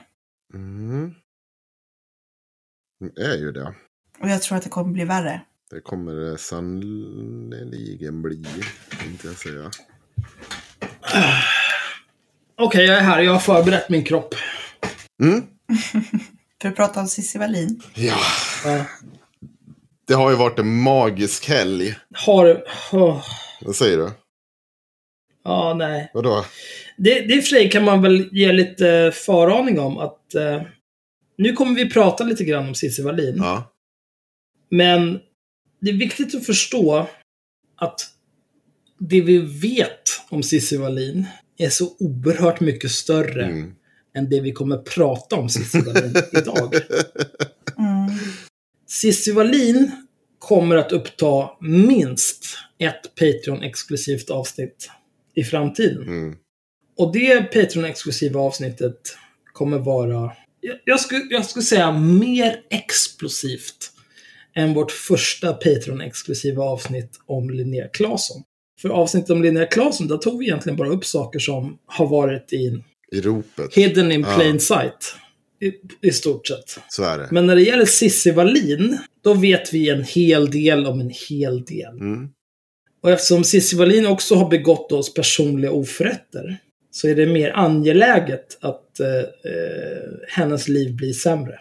Det är ju det. Och jag tror att det kommer bli värre. Det kommer det sannoliken bli, inte jag säga. Okej, jag är här. Jag har förberett min kropp. För att prata om Cissi Wallin. Ja. Det har ju varit en magisk helg. Vad säger du? Ja, nej. Vadå? Det för sig kan man väl ge lite föraning om att nu kommer vi prata lite grann om Cissi Wallin. Ja. Men det är viktigt att förstå att det vi vet om Cissi Wallin är så oerhört mycket större än det vi kommer prata om Cissi Wallin idag. Cissi Wallin kommer att uppta minst ett Patreon-exklusivt avsnitt i framtiden. Och det Patreon-exklusiva avsnittet kommer vara... Jag skulle säga mer explosivt än vårt första Patreon-exklusiva avsnitt om Linnea Claesson. För avsnittet om Linnea Claesson, där tog vi egentligen bara upp saker som har varit i ropet. Hidden in plain sight. I stort sett. Så är det. Men när det gäller Cissi Wallin, då vet vi en hel del om en hel del. Och eftersom Cissi Wallin också har begått oss personliga oförrätter, så är det mer angeläget att hennes liv blir sämre.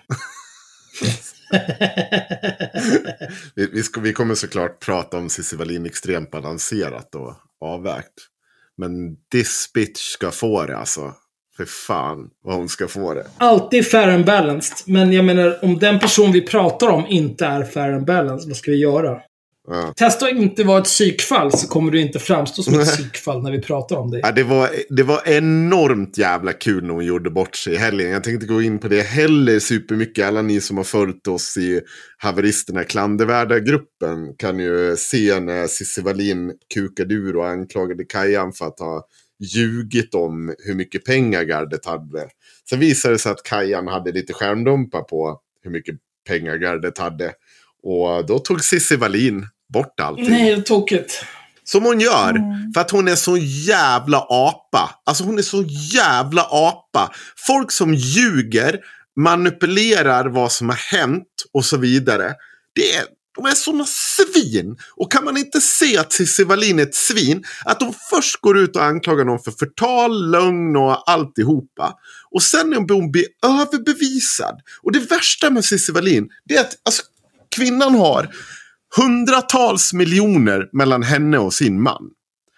vi kommer såklart prata om Cissi Wallin extremt balanserat och avvägt. Men this bitch ska få det alltså. För fan vad hon ska få det. Alltid fair and balanced. Men jag menar, om den person vi pratar om inte är fair and balanced, vad ska vi göra? Ja. Testa att inte vara ett psykfall, så kommer du inte framstå som ett psykfall när vi pratar om det. Ja, det var enormt jävla kul när hon gjorde bort sig i helgen. Jag tänkte gå in på det heller supermycket. Alla ni som har följt oss i haveristerna klandervärda gruppen kan ju se när Cissi Wallin kukade ur och anklagade Kajan för att ha ljugit om hur mycket pengar gardet hade. Sen visade det sig att Kajan hade lite skärmdumpar på hur mycket pengar gardet hade. Och då tog Cissi Wallin bort allting. Nej, det är tokigt. Som hon gör. För att hon är så jävla apa. Alltså hon är så jävla apa. Folk som ljuger, manipulerar vad som har hänt och så vidare. De är såna svin. Och kan man inte se att Cissi Wallin är ett svin, att de först går ut och anklagar någon för förtal, lögn och alltihopa. Och sen när hon blir överbevisad. Och det värsta med Cissi Wallin, det är att alltså, kvinnan har hundratals miljoner mellan henne och sin man.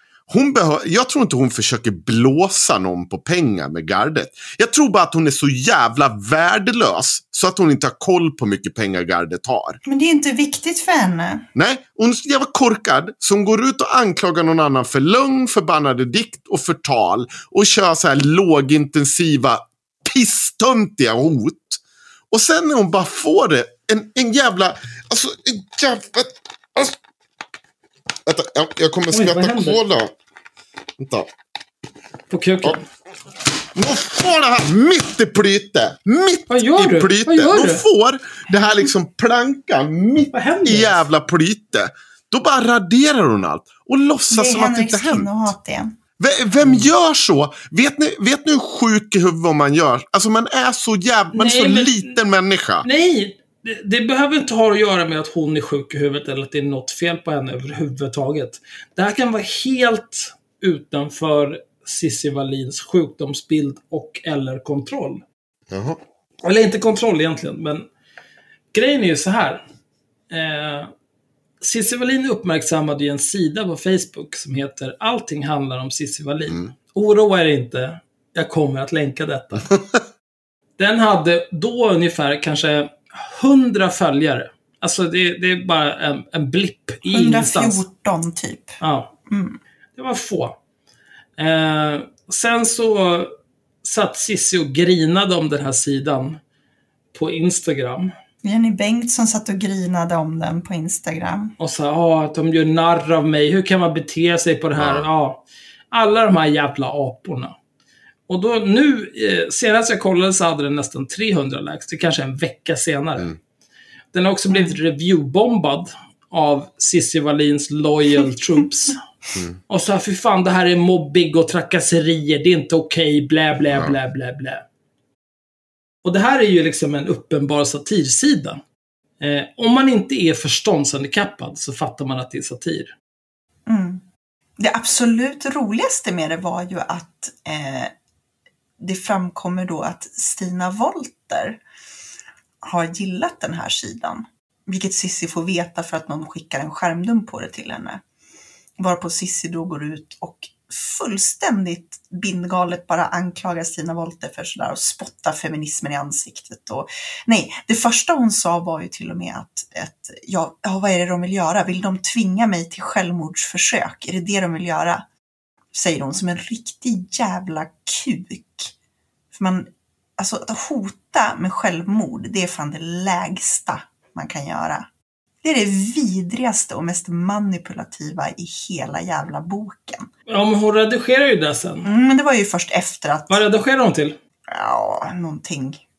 Jag tror inte hon försöker blåsa någon på pengar med gardet. Jag tror bara att hon är så jävla värdelös så att hon inte har koll på hur mycket pengar gardet har. Men det är inte viktigt för henne. Nej, hon är så jävla korkad som går ut och anklagar någon annan för lögn, förbannade dikt och förtal och kör så här lågintensiva pisstöntiga hot. Och sen när hon bara får det en jävla... Alltså, en jävla... Alltså, vänta, jag kommer skvätta kola. Vänta. På kuken. De får det här mitt i plyte. Vad gör du? De får det här liksom plankan mitt i jävla plyte. Då bara raderar hon allt. Och låtsas som att det inte hänt. Vem gör så? Vet ni hur sjuk i huvudet man gör? Alltså man är så liten människa. Nej, det behöver inte ha att göra med att hon är sjuk i huvudet eller att det är något fel på henne överhuvudtaget. Det här kan vara helt utanför Cissi Wallins sjukdomsbild och eller kontroll. Jaha. Eller inte kontroll egentligen, men grejen är ju så här. Cissi Wallin uppmärksammade ju en sida på Facebook som heter Allting handlar om Cissi Wallin. Oroa er inte, jag kommer att länka detta. Den hade då ungefär kanske 100 följare. Alltså det är bara en blipp i 114 typ. Ja, det var få. Sen så satt Cissi och grinade om den här sidan på Instagram. Jenny Bengtsson satt och grinade om den på Instagram. Och sa att de gör narr av mig. Hur kan man bete sig på det här? Ja. Alla de här jävla aporna. Och då nu, senast jag kollade så hade den nästan 300 likes. Det är kanske en vecka senare. Den har också blivit reviewbombad av Cissi Wallins loyal troops. Och så här, för fan, det här är mobbing och trakasserier. Det är inte okej, blä, blä, blä, blä, blä. Och det här är ju liksom en uppenbar satirsida. Om man inte är förståndshandikappad så fattar man att det är satir. Det absolut roligaste med det var ju att det framkommer då att Stina Wolter har gillat den här sidan. Vilket Cissi får veta för att någon skickar en skärmdump på det till henne. Varpå Cissi då går ut och fullständigt bindgalet bara anklagar Stina Wolter för sådär och spottar feminismen i ansiktet. Och, nej, det första hon sa var ju till och med att vad är det de vill göra? Vill de tvinga mig till självmordsförsök? Är det de vill göra? Säger hon som en riktig jävla kuk. För alltså att hota med självmord, det är fan det lägsta man kan göra. Det är det vidrigaste och mest manipulativa i hela jävla boken. Ja, men hon redigerar ju det sen. Men det var ju först efter att... Vad redigerar hon till? Ja, någonting.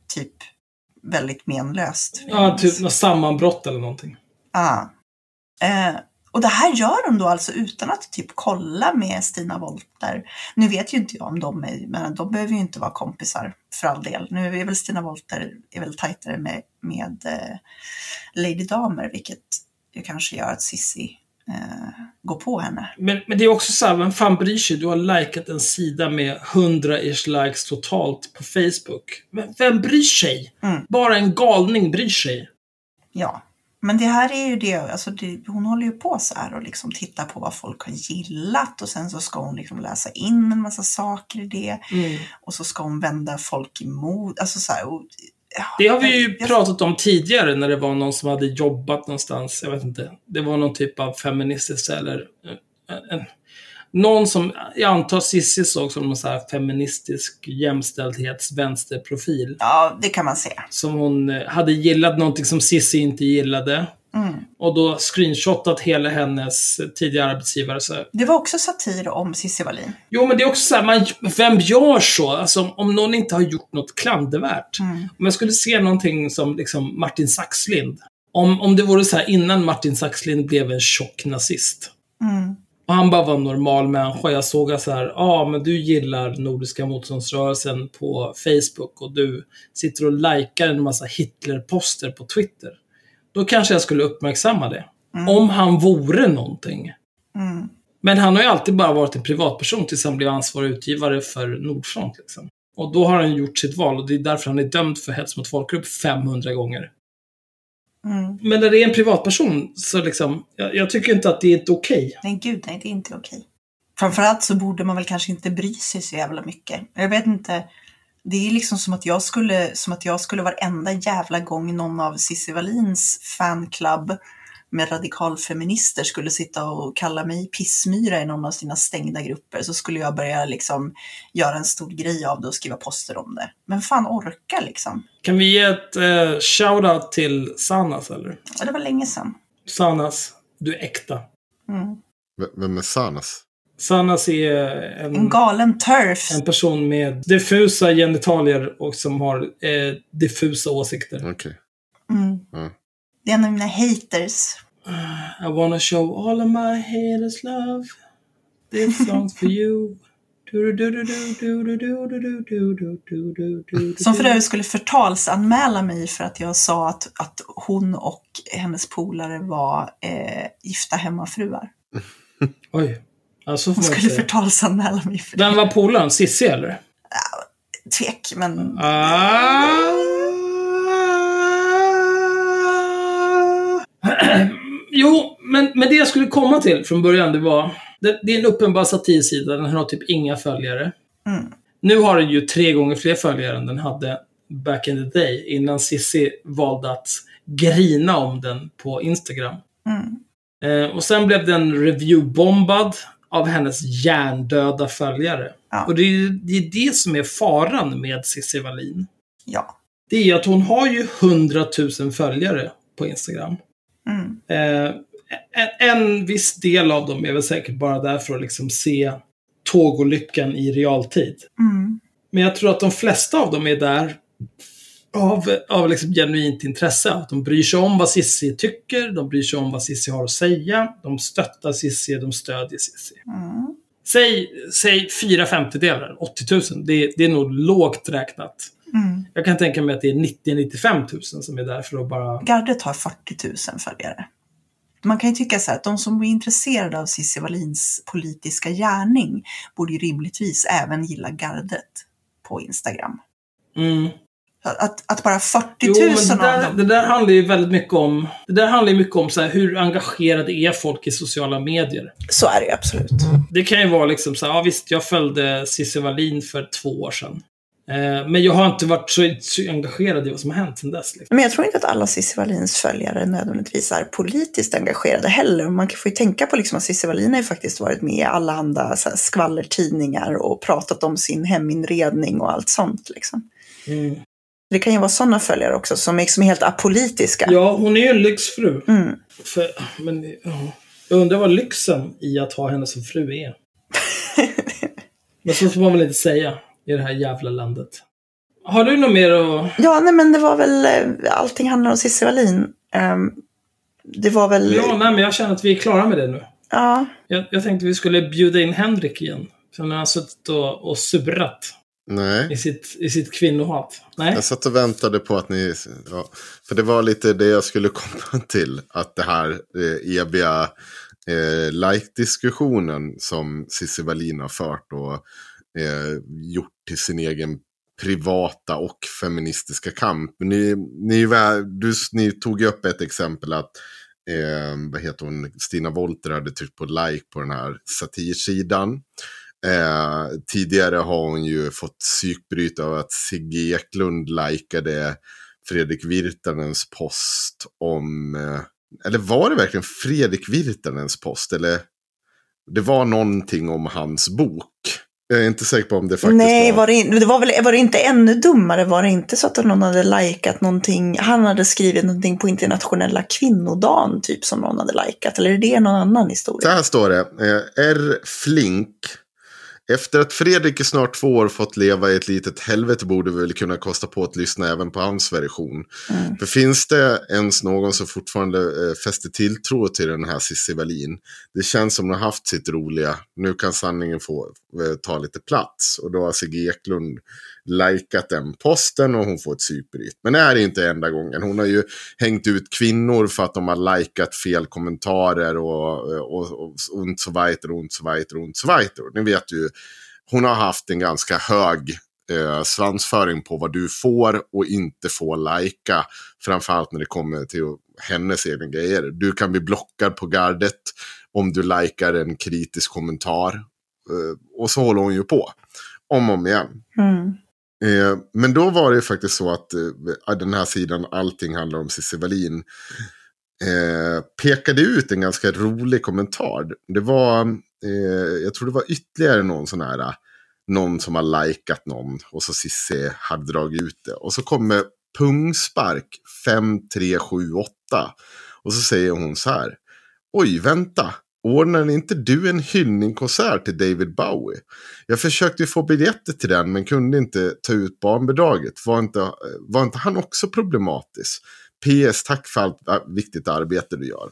typ väldigt menlöst. Ja, typ något sammanbrott eller någonting. Ja. Och det här gör de då alltså utan att typ kolla med Stina Wolter. Nu vet ju inte jag om de är, men de behöver ju inte vara kompisar för all del. Nu är väl Stina Wolter är väl tajtare med Lady Damer, vilket ju kanske gör att Sissi går på henne. Men det är också så här, vem fan bryr sig? Du har likat en sida med 100-ish likes totalt på Facebook. Vem bryr sig? Bara en galning bryr sig. Ja. Men det här är ju det, alltså hon håller ju på så här och liksom tittar på vad folk har gillat och sen så ska hon liksom läsa in en massa saker i det och så ska hon vända folk emot, alltså så här, och, det har vi ju pratat om tidigare när det var någon som hade jobbat någonstans, jag vet inte, det var någon typ av feministiskt eller någon som, jag antar Sissi såg som någon så här feministisk jämställdhetsvänsterprofil. Ja, det kan man säga. Som hon hade gillat någonting som Sissi inte gillade. Och då screenshotat hela hennes tidigare arbetsgivare. Så. Det var också satir om Cissi Wallin. Jo, men det är också så här, vem gör så? Alltså, om någon inte har gjort något klandervärt. Om jag skulle se någonting som liksom Martin Saxlind. Om det vore så här innan Martin Saxlind blev en tjock nazist. Och han bara var en normal människa. Jag såg så här, men du gillar Nordiska motståndsrörelsen på Facebook och du sitter och likar en massa Hitler-poster på Twitter. Då kanske jag skulle uppmärksamma det. Om han vore någonting. Men han har ju alltid bara varit en privatperson tills han blev ansvarig utgivare för Nordfront. Liksom. Och då har han gjort sitt val och det är därför han är dömd för hets mot folkgrupp 500 gånger. Men när det är en privatperson så liksom, jag tycker inte att det är okej. Nej gud, nej, det är inte okej. Framförallt så borde man väl kanske inte bry sig så jävla mycket. Jag vet inte, det är liksom som att jag skulle varenda jävla gång någon av Cissi Wallins fanclub med radikalfeminister skulle sitta och kalla mig pissmyra i någon av sina stängda grupper, så skulle jag börja liksom göra en stor grej av det och skriva poster om det. Men fan orkar liksom. Kan vi ge ett shoutout till Sanas eller? Ja, det var länge sedan. Sanas, du är äkta. Vem är Sanas? Sanas är en galen turf. En person med diffusa genitalier och som har diffusa åsikter. Okej. Det är en av mina haters. I wanna show all of my haters love. This song's for you. Som för övrigt skulle förtalsanmäla mig för att jag sa att hon och hennes polare var gifta hemmafruar. Oj. Alltså hon skulle förtalsanmäla mig för det. Vem var polaren? Sissi eller? Tvek, men... Jo, men det jag skulle komma till från början, det var... Det är en uppenbar satirsida, den har typ inga följare. Nu har den ju 3 gånger fler följare än den hade back in the day, innan Sissi valde att grina om den på Instagram. Och sen blev den review-bombad av hennes hjärndöda följare. Ja. Och det är det som är faran med Cissi Wallin. Ja. Det är att hon har ju 100 000 följare på Instagram. En viss del av dem är väl säkert bara där för att liksom se tågolyckan i realtid. Men jag tror att de flesta av dem är där av liksom genuint intresse. Att de bryr sig om vad Sissi tycker, de bryr sig om vad Sissi har att säga, de stöttar Sissi, de stödjer Sissi. Säg 4/50, 80 000. Det är nog lågt räknat. Jag kan tänka mig att det är 90-95 000 som är där för att bara... Gardet har 40 000 följare. Man kan ju tycka så här att de som är intresserade av Cissi Wallins politiska gärning borde ju rimligtvis även gilla gardet på Instagram. Att bara 40 000 av dem... Det där handlar ju väldigt mycket om... Det där handlar ju mycket om så här, hur engagerade är folk i sociala medier. Så är det ju absolut. Det kan ju vara liksom så här, ja visst, jag följde Cissi Wallin för 2 år sedan. Men jag har inte varit så engagerad i vad som har hänt sedan dess. Liksom. Men jag tror inte att alla Cissi Wallins följare nödvändigtvis är politiskt engagerade heller. Man får ju tänka på liksom att Cissi Wallin har ju faktiskt varit med i alla andra så här skvallertidningar och pratat om sin heminredning och allt sånt. Liksom. Det kan ju vara sådana följare också som är helt apolitiska. Ja, hon är ju en lyxfru. Men jag undrar vad lyxen i att ha henne som fru är. Men så får man väl inte säga i det här jävla landet. Har du något mer att... Ja, nej men det var väl... Allting handlar om Cissi Wallin. Det var väl... Ja, nej, men jag känner att vi är klara med det nu. Ja. Jag tänkte vi skulle bjuda in Henrik igen. Som har suttit och surat. Nej. I sitt kvinnohat. Nej. Jag satt och väntade på att ni... Ja, för det var lite det jag skulle komma till. Att det här eviga like-diskussionen som Cissi Wallin har fört och gjort till sin egen privata och feministiska kamp. Ni tog ju upp ett exempel att vad heter hon? Stina Wolter hade tryckt på like på den här satirsidan. Tidigare har hon ju fått psykbryt av att Sigge Eklund likade Fredrik Virtanens post om... eller var det verkligen Fredrik Virtanens post? Eller det var någonting om hans bok. Jag är inte säker på om det faktiskt var det inte ännu dummare? Var det inte så att någon hade likat någonting? Han hade skrivit någonting på internationella kvinnodagen typ som någon hade likat. Eller är det någon annan historia? Så här står det. R. Flink. Efter att Fredrik i snart 2 år fått leva i ett litet helvete borde vi väl kunna kosta på att lyssna även på hans version. För finns det ens någon som fortfarande fäster tilltro till den här Cissi Wallin? Det känns som hon har haft sitt roliga. Nu kan sanningen få ta lite plats. Och då har Sigge Eklund likat den posten och hon får ett superyt. Men det här är inte enda gången. Hon har ju hängt ut kvinnor för att de har likat fel kommentarer och så vidare. Ni vet ju, hon har haft en ganska hög svansföring på vad du får och inte får lika. Framförallt när det kommer till hennes egna grejer. Du kan bli blockad på gardet om du likar en kritisk kommentar. Och så håller hon ju på. Om och om igen. Men då var det faktiskt så att den här sidan Allting handlar om Cissi Wallin pekade ut en ganska rolig kommentar. Det var, jag tror det var ytterligare någon sån här, någon som har likat någon och så Cissi hade dragit ut det. Och så kommer Pungspark 5378 och så säger hon så här: oj, vänta. Ordnade inte du en hyllningskonsert till David Bowie? Jag försökte ju få biljetter till den men kunde inte ta ut barnbidraget. Var inte han också problematisk? PS, tack för allt viktigt arbete du gör.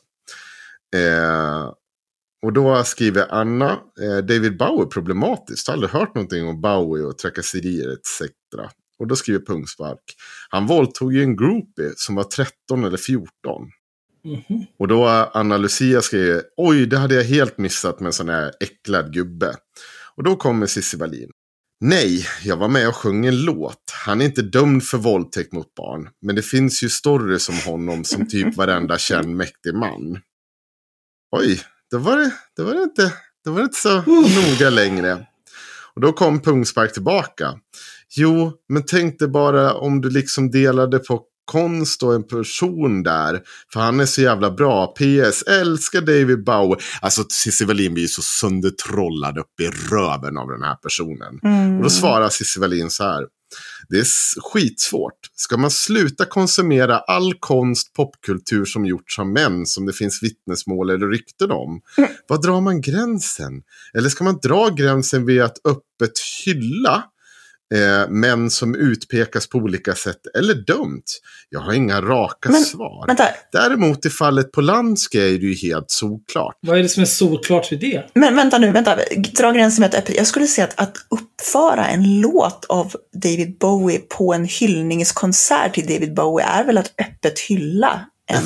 Och då skriver Anna, David Bowie problematiskt. Jag har aldrig hört någonting om Bowie och trakasserier etc. Och då skriver Pungspark: han våldtog ju en groupie som var 13 eller 14. Och då Anna Lucia skriver: oj, det hade jag helt missat med en sån här äcklad gubbe. Och då kommer Cissi Wallin: nej, jag var med och sjöng en låt. Han är inte dömd för våldtäkt mot barn. Men det finns ju stories som honom som typ varenda känd mäktig man. Oj, det var inte så noga längre. Och då kom Pungspark tillbaka. Jo, men tänk dig bara om du liksom delade på konst och en person där. För han är så jävla bra. PS, älskar David Bowie. Alltså Cissi Wallin blir så söndertrollad upp i röven av den här personen. Och då svarar Cissi Wallin så här: det är skitsvårt. Ska man sluta konsumera all konst, popkultur som gjorts av män som det finns vittnesmål eller rykten om? Vad drar man gränsen? Eller ska man dra gränsen vid att öppet hylla män som utpekas på olika sätt eller dömt? Jag har inga raka svar. Vänta. Däremot i fallet på Lanska är det ju helt solklart. Vad är det som är solklart vid det? Men vänta. Dra gränsen med att jag skulle säga att uppföra en låt av David Bowie på en hyllningskonsert till David Bowie är väl att öppet hylla en...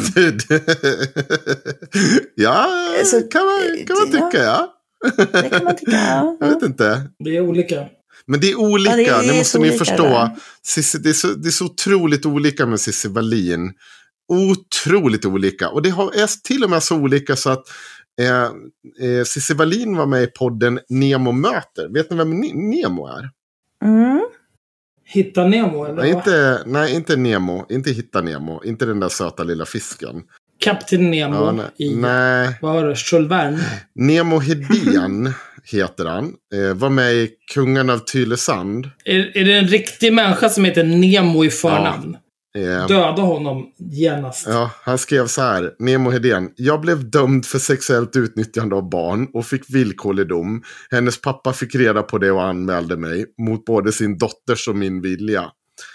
ja, så, kan man tycka, ja. Det kan man tycka, ja. Jag vet inte. Det är olika. Men det är olika, ja, det måste ni förstå. Cissi, det är så otroligt olika med Cissi Wallin. Otroligt olika. Och det är till och med så olika så att Cissi Wallin var med i podden Nemo möter. Vet ni vem Nemo är? Hitta Nemo, eller? Nej, inte Nemo. Inte Hitta Nemo. Inte den där söta lilla fisken. Kapten Nemo nej. Vad var det? Jules Verne? Nemo Hedén heter han. Var med i Kungen av Tylösand. Är det en riktig människa som heter Nemo i förnamn? Ja. Döda honom genast. Ja, han skrev så här: Nemo Hedén: jag blev dömd för sexuellt utnyttjande av barn och fick villkorlig dom. Hennes pappa fick reda på det och anmälde mig mot både sin dotters och min vilja.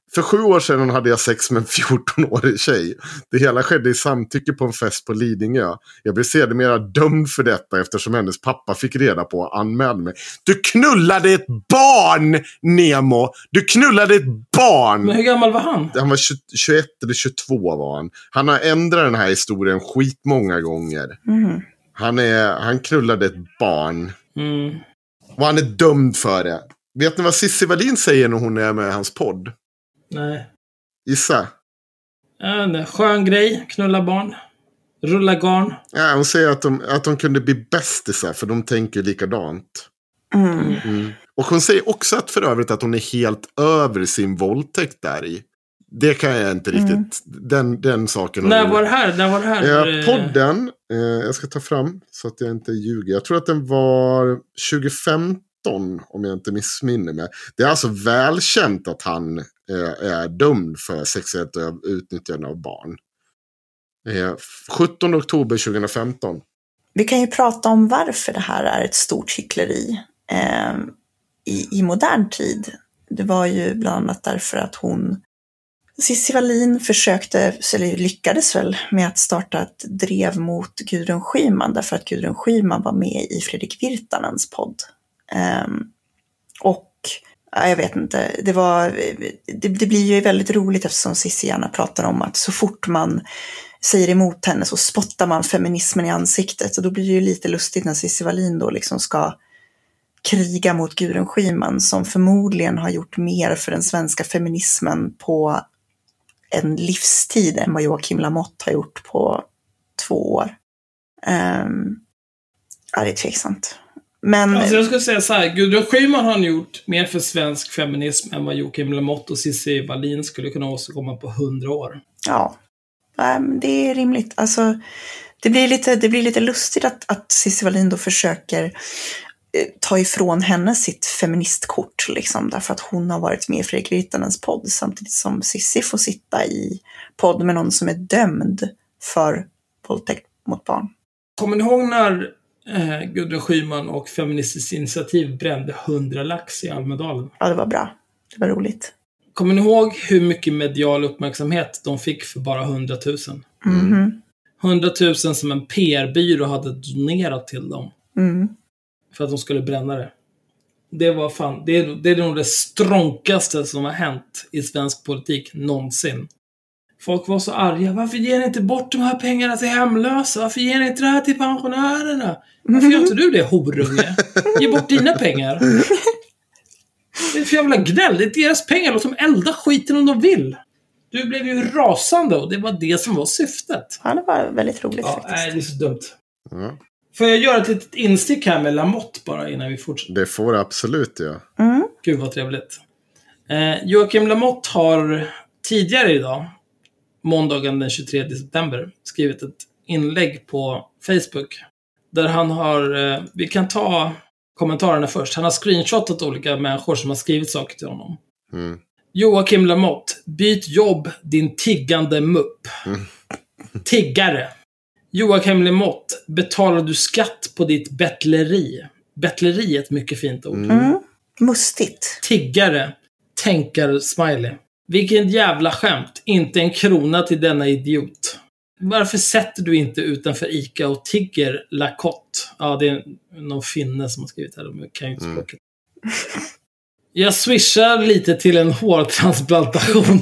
För 7 år sedan hade jag sex med en 14-årig tjej. Det hela skedde i samtycke på en fest på Lidingö. Jag blev sedermera dömd för detta eftersom hennes pappa fick reda på och anmälde mig. Du knullade ett barn, Nemo! Du knullade ett barn! Men hur gammal var han? Han var 21 eller 22 var han. Han har ändrat den här historien skitmånga gånger. Mm. Han knullade ett barn. Mm. Och han är dömd för det. Vet ni vad Cissi Wallin säger när hon är med i hans podd? Nej. Gissa. Skön grej, knulla barn. Rulla garn. Ja, hon säger att de kunde bli bästisar för de tänker likadant. Mm. Och hon säger också att för övrigt att hon är helt över sin våldtäkt där i. Det kan jag inte riktigt. Den saken. När var det här? Podden, jag ska ta fram så att jag inte ljuger. Jag tror att den var 2015 om jag inte missminner mig. Det är alltså välkänt att han är dömd för sexuellt utnyttjande av barn. 17 oktober 2015. Vi kan ju prata om varför det här är ett stort hyckleri i modern tid. Det var ju bland annat därför att Cissi Wallin lyckades väl med att starta ett drev mot Gudrun Schyman därför att Gudrun Schyman var med i Fredrik Virtanens podd. Och jag vet inte, det blir ju väldigt roligt eftersom Cissi gärna pratar om att så fort man säger emot henne så spottar man feminismen i ansiktet. Och då blir det ju lite lustigt när Cissi Wallin då liksom ska kriga mot Gudrun Schyman som förmodligen har gjort mer för den svenska feminismen på en livstid än vad Joakim Lamotte har gjort på 2 år. Ja, det är tveksamt. Men alltså jag skulle säga så här, Gudrun Schyman har gjort mer för svensk feminism än vad Joakim Lamotte och Cissi Wallin skulle kunna åstadkomma på 100 år. Ja, det är rimligt. Alltså, det blir lite lustigt att Cissi Wallin då försöker ta ifrån henne sitt feministkort liksom, därför att hon har varit med i Fredrik Virtanens podd samtidigt som Cissi får sitta i podd med någon som är dömd för våldtäkt mot barn. Kommer ni ihåg när Gudrun Schyman och Feministiskt initiativ brände 100 lax i Almedalen? Ja, det var bra. Det var roligt. Kommer ni ihåg hur mycket medial uppmärksamhet de fick för bara 100 000? 100 000 som en PR-byrå hade donerat till dem. För att de skulle bränna det. Det var fan, det är nog det stronkaste som har hänt i svensk politik någonsin. Folk var så arga. Varför ger ni inte bort de här pengarna till hemlösa? Varför ger ni inte det här till pensionärerna? Varför gör inte du det, horunge? Ge bort dina pengar. Det är för jävla gnäll. Det är deras pengar. Låt dem elda skiten om de vill. Du blev ju rasande och det var det som var syftet. Ja, det var väldigt roligt faktiskt. Nej, det är så dumt. Får jag göra ett litet instick här med Lamotte bara innan vi fortsätter? Det får det absolut, ja. Gud vad trevligt. Joakim Lamotte har tidigare idag, måndagen den 23 september, skrivit ett inlägg på Facebook. Där han har, vi kan ta kommentarerna först. Han har screenshotat olika människor som har skrivit saker till honom. Joakim Lamotte, byt jobb din tiggande mupp. Tiggare. Joakim Lamotte, betalar du skatt på ditt bettleri? Bettleri är ett mycket fint ord. Mustigt. Tiggare, tänkar smiley. Vilken jävla skämt. Inte en krona till denna idiot. Varför sätter du inte utanför Ica och tigger Lacotte? Ja, det är någon finne som har skrivit här. De kan ju inte språket. Jag swishar lite till en hårtransplantation.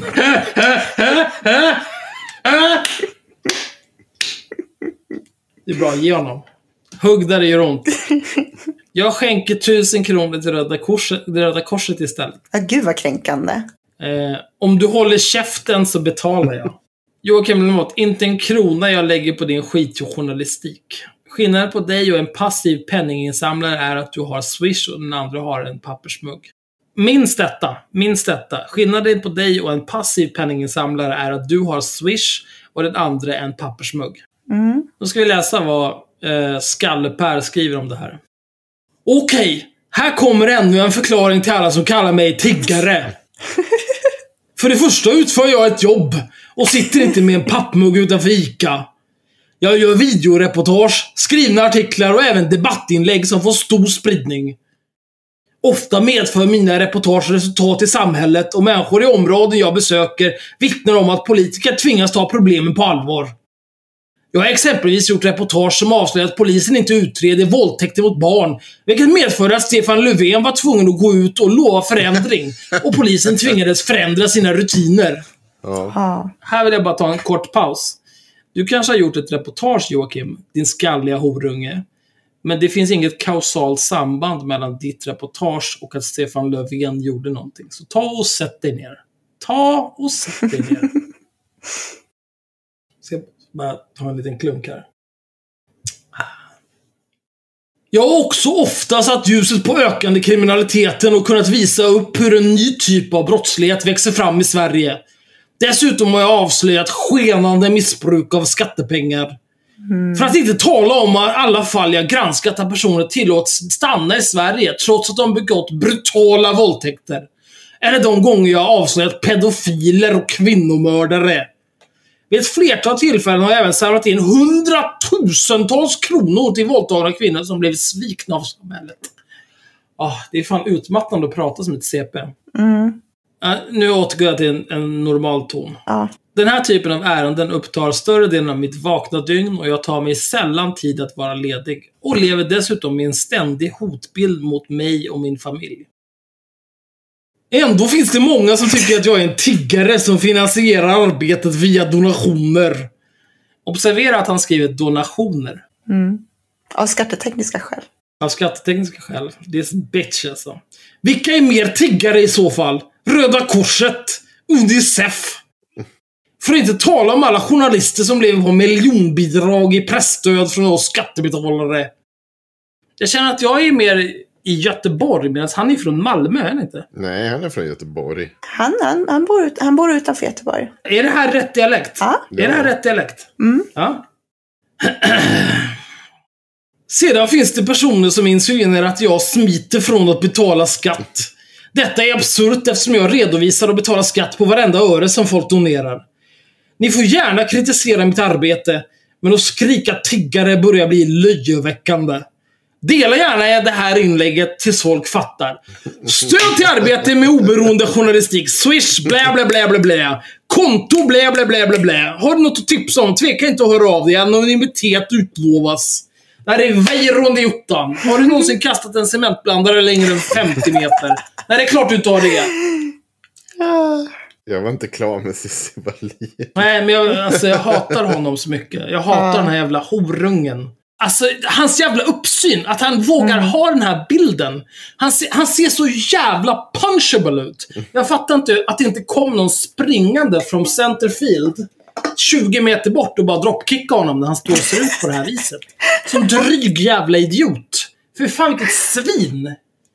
Det är bra, ge honom. Hugg där det gör ont. Jag skänker 1000 kronor till Röda Korset istället. Ja, gud vad kränkande. Om du håller käften så betalar jag. Joakim Lamotte, inte en krona jag lägger på din skitjournalistik. Skillnaden på dig och en passiv penninginsamlare är att du har Swish och den andra har en pappersmugg. Minns detta. Skillnaden på dig och en passiv penninginsamlare är att du har Swish och den andra en pappersmugg. Då ska vi läsa vad Skalle-Per skriver om det här. Okej, här kommer ännu en förklaring till alla som kallar mig tiggare. För det första utför jag ett jobb och sitter inte med en pappmugg utanför Ica. Jag gör videoreportage, skrivna artiklar och även debattinlägg som får stor spridning. Ofta medför mina reportage resultat i samhället och människor i områden jag besöker vittnar om att politiker tvingas ta problemen på allvar. Jag har exempelvis gjort reportage som avslöjar att polisen inte utreder våldtäkter mot barn, vilket medför att Stefan Löfven var tvungen att gå ut och lova förändring och polisen tvingades förändra sina rutiner. Ja. Här vill jag bara ta en kort paus. Du kanske har gjort ett reportage, Joakim, din skalliga horunge. Men det finns inget kausalt samband mellan ditt reportage och att Stefan Löfven gjorde någonting. Så ta och sätt dig ner. Ska bara ta en liten klunk här. Jag har också ofta satt ljuset på ökande kriminaliteten och kunnat visa upp hur en ny typ av brottslighet växer fram i Sverige. Dessutom har jag avslöjat skenande missbruk av skattepengar. För att inte tala om alla fall jag granskat att personer tillåts stanna i Sverige trots att de begått brutala våldtäkter. Eller de gånger jag har avslöjat pedofiler och kvinnomördare. Vid ett flertal tillfällen har jag även samlat in 100,000-tals kronor till våldtagna kvinnor som blev svikna av samhället. Det är fan utmattande att prata som ett CP. Nu återgår jag till en normal ton. Den här typen av ärenden upptar större delen av mitt vakna dygn och jag tar mig sällan tid att vara ledig. Och lever dessutom med en ständig hotbild mot mig och min familj. Ändå finns det många som tycker att jag är en tiggare som finansierar arbetet via donationer. Observera att han skriver donationer. Av skattetekniska skäl. Av skattetekniska skäl. Det är en bitch alltså. Vilka är mer tiggare i så fall? Röda Korset, UNICEF. För att inte tala om alla journalister som lever på miljonbidrag i pressstöd från oss skattebetalare. Jag känner att jag är mer i Göteborg medan han är från Malmö, är han inte? Nej, han är från Göteborg. Han bor utanför Göteborg. Är det här rätt dialekt? Ja. Är det här rätt dialekt? Ja. Sedan finns det personer som insinuerar att jag smiter från att betala skatt. Detta är absurt eftersom jag redovisar och betalar skatt på varenda öre som folk donerar. Ni får gärna kritisera mitt arbete, men att skrika tiggare börjar bli löjeväckande. Dela gärna det här inlägget tills folk fattar. Stöd till arbete med oberoende journalistik. Swish, blä blä blä blä blä. Konto, blä blä blä blä blä. Har du något att tipsa om? Tveka inte att höra av dig. Anonymitet utlovas. När det är vejrande jottan. Har du någonsin kastat en cementblandare längre än 50 meter? Nej, det är klart du inte har det. Jag var inte klar med Cissi Wallin. Nej, men jag hatar honom så mycket. Jag hatar den här jävla horungen. Alltså, hans jävla uppsyn. Att han vågar ha den här bilden. Han ser så jävla punchable ut. Jag fattar inte att det inte kom någon springande från centerfield 20 meter bort och bara dropkicka honom när han står och ser ut på det här viset. Som dryg jävla idiot. För fan vilket svin.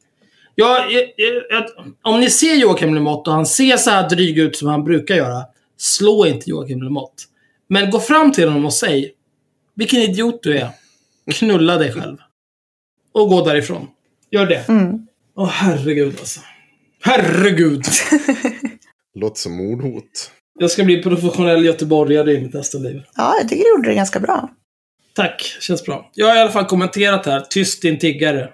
Om ni ser Joakim Lamotte och han ser så här dryg ut som han brukar göra, slå inte Joakim Lamotte. Men gå fram till honom och säg: vilken idiot du är. Knulla dig själv. Och gå därifrån. Gör det. Herregud alltså. Herregud. Låter som mordhot. Jag ska bli professionell göteborgare i mitt nästa liv. Ja, jag tycker du gjorde det ganska bra. Tack, känns bra. Jag har i alla fall kommenterat här. Tyst din tiggare.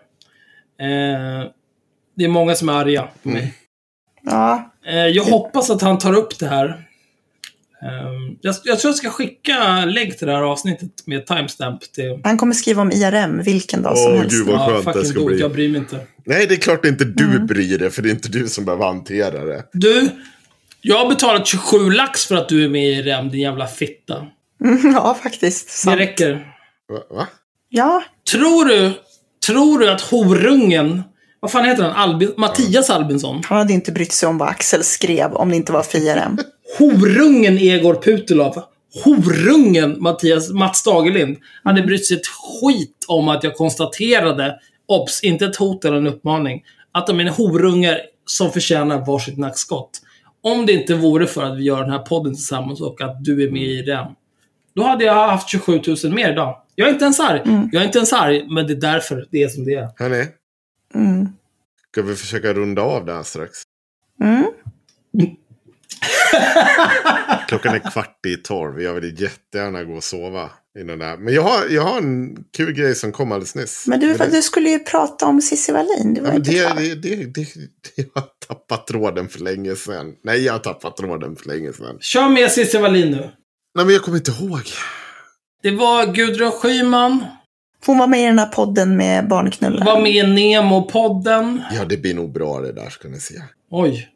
Det är många som är arga på mig. Ja. Jag hoppas att han tar upp det här. Jag tror jag ska skicka länk till det här avsnittet med timestamp till... Han kommer skriva om IRM vilken dag som helst. Gud vad skönt det ska bli. Jag bryr mig inte. Nej, det är klart inte du bryr dig, för det är inte du som behöver hantera det. Du, jag har betalat 27 lax för att du är med i IRM, din jävla fitta. Ja, faktiskt. Sant. Det räcker. Va? Ja. Tror du att horungen... Vad fan heter han? Mattias Albinsson? Han hade inte brytt sig om vad Axel skrev om det inte var för IRM. Horungen Egor Putilov. Horungen Mats Dagerlind hade brytt sig ett skit om att jag konstaterade, obs, inte ett hot eller en uppmaning, att de är horungar som förtjänar varsitt nackskott. Om det inte vore för att vi gör den här podden tillsammans och att du är med i den, då hade jag haft 27 000 mer idag. Jag är inte ens arg. Jag är inte ens arg, men det är därför det är som det är. Hörrni, ska vi försöka runda av det här strax? Klockan är 11:15. Jag vill jättegärna gå och sova innan det här. Men jag har en kul grej som kom alldeles nyss. Men du skulle ju prata om Cissi Wallin. Det var inte klart. Jag har tappat tråden för länge sedan. Nej, jag har tappat tråden för länge sedan. Kör med Cissi Wallin nu. Nej, men jag kommer inte ihåg. Det var Gudrun Schyman. Hon var med i den här podden med barnknullar. Var med i Nemo-podden. Ja, det blir nog bra det där, ska ni se. Oj.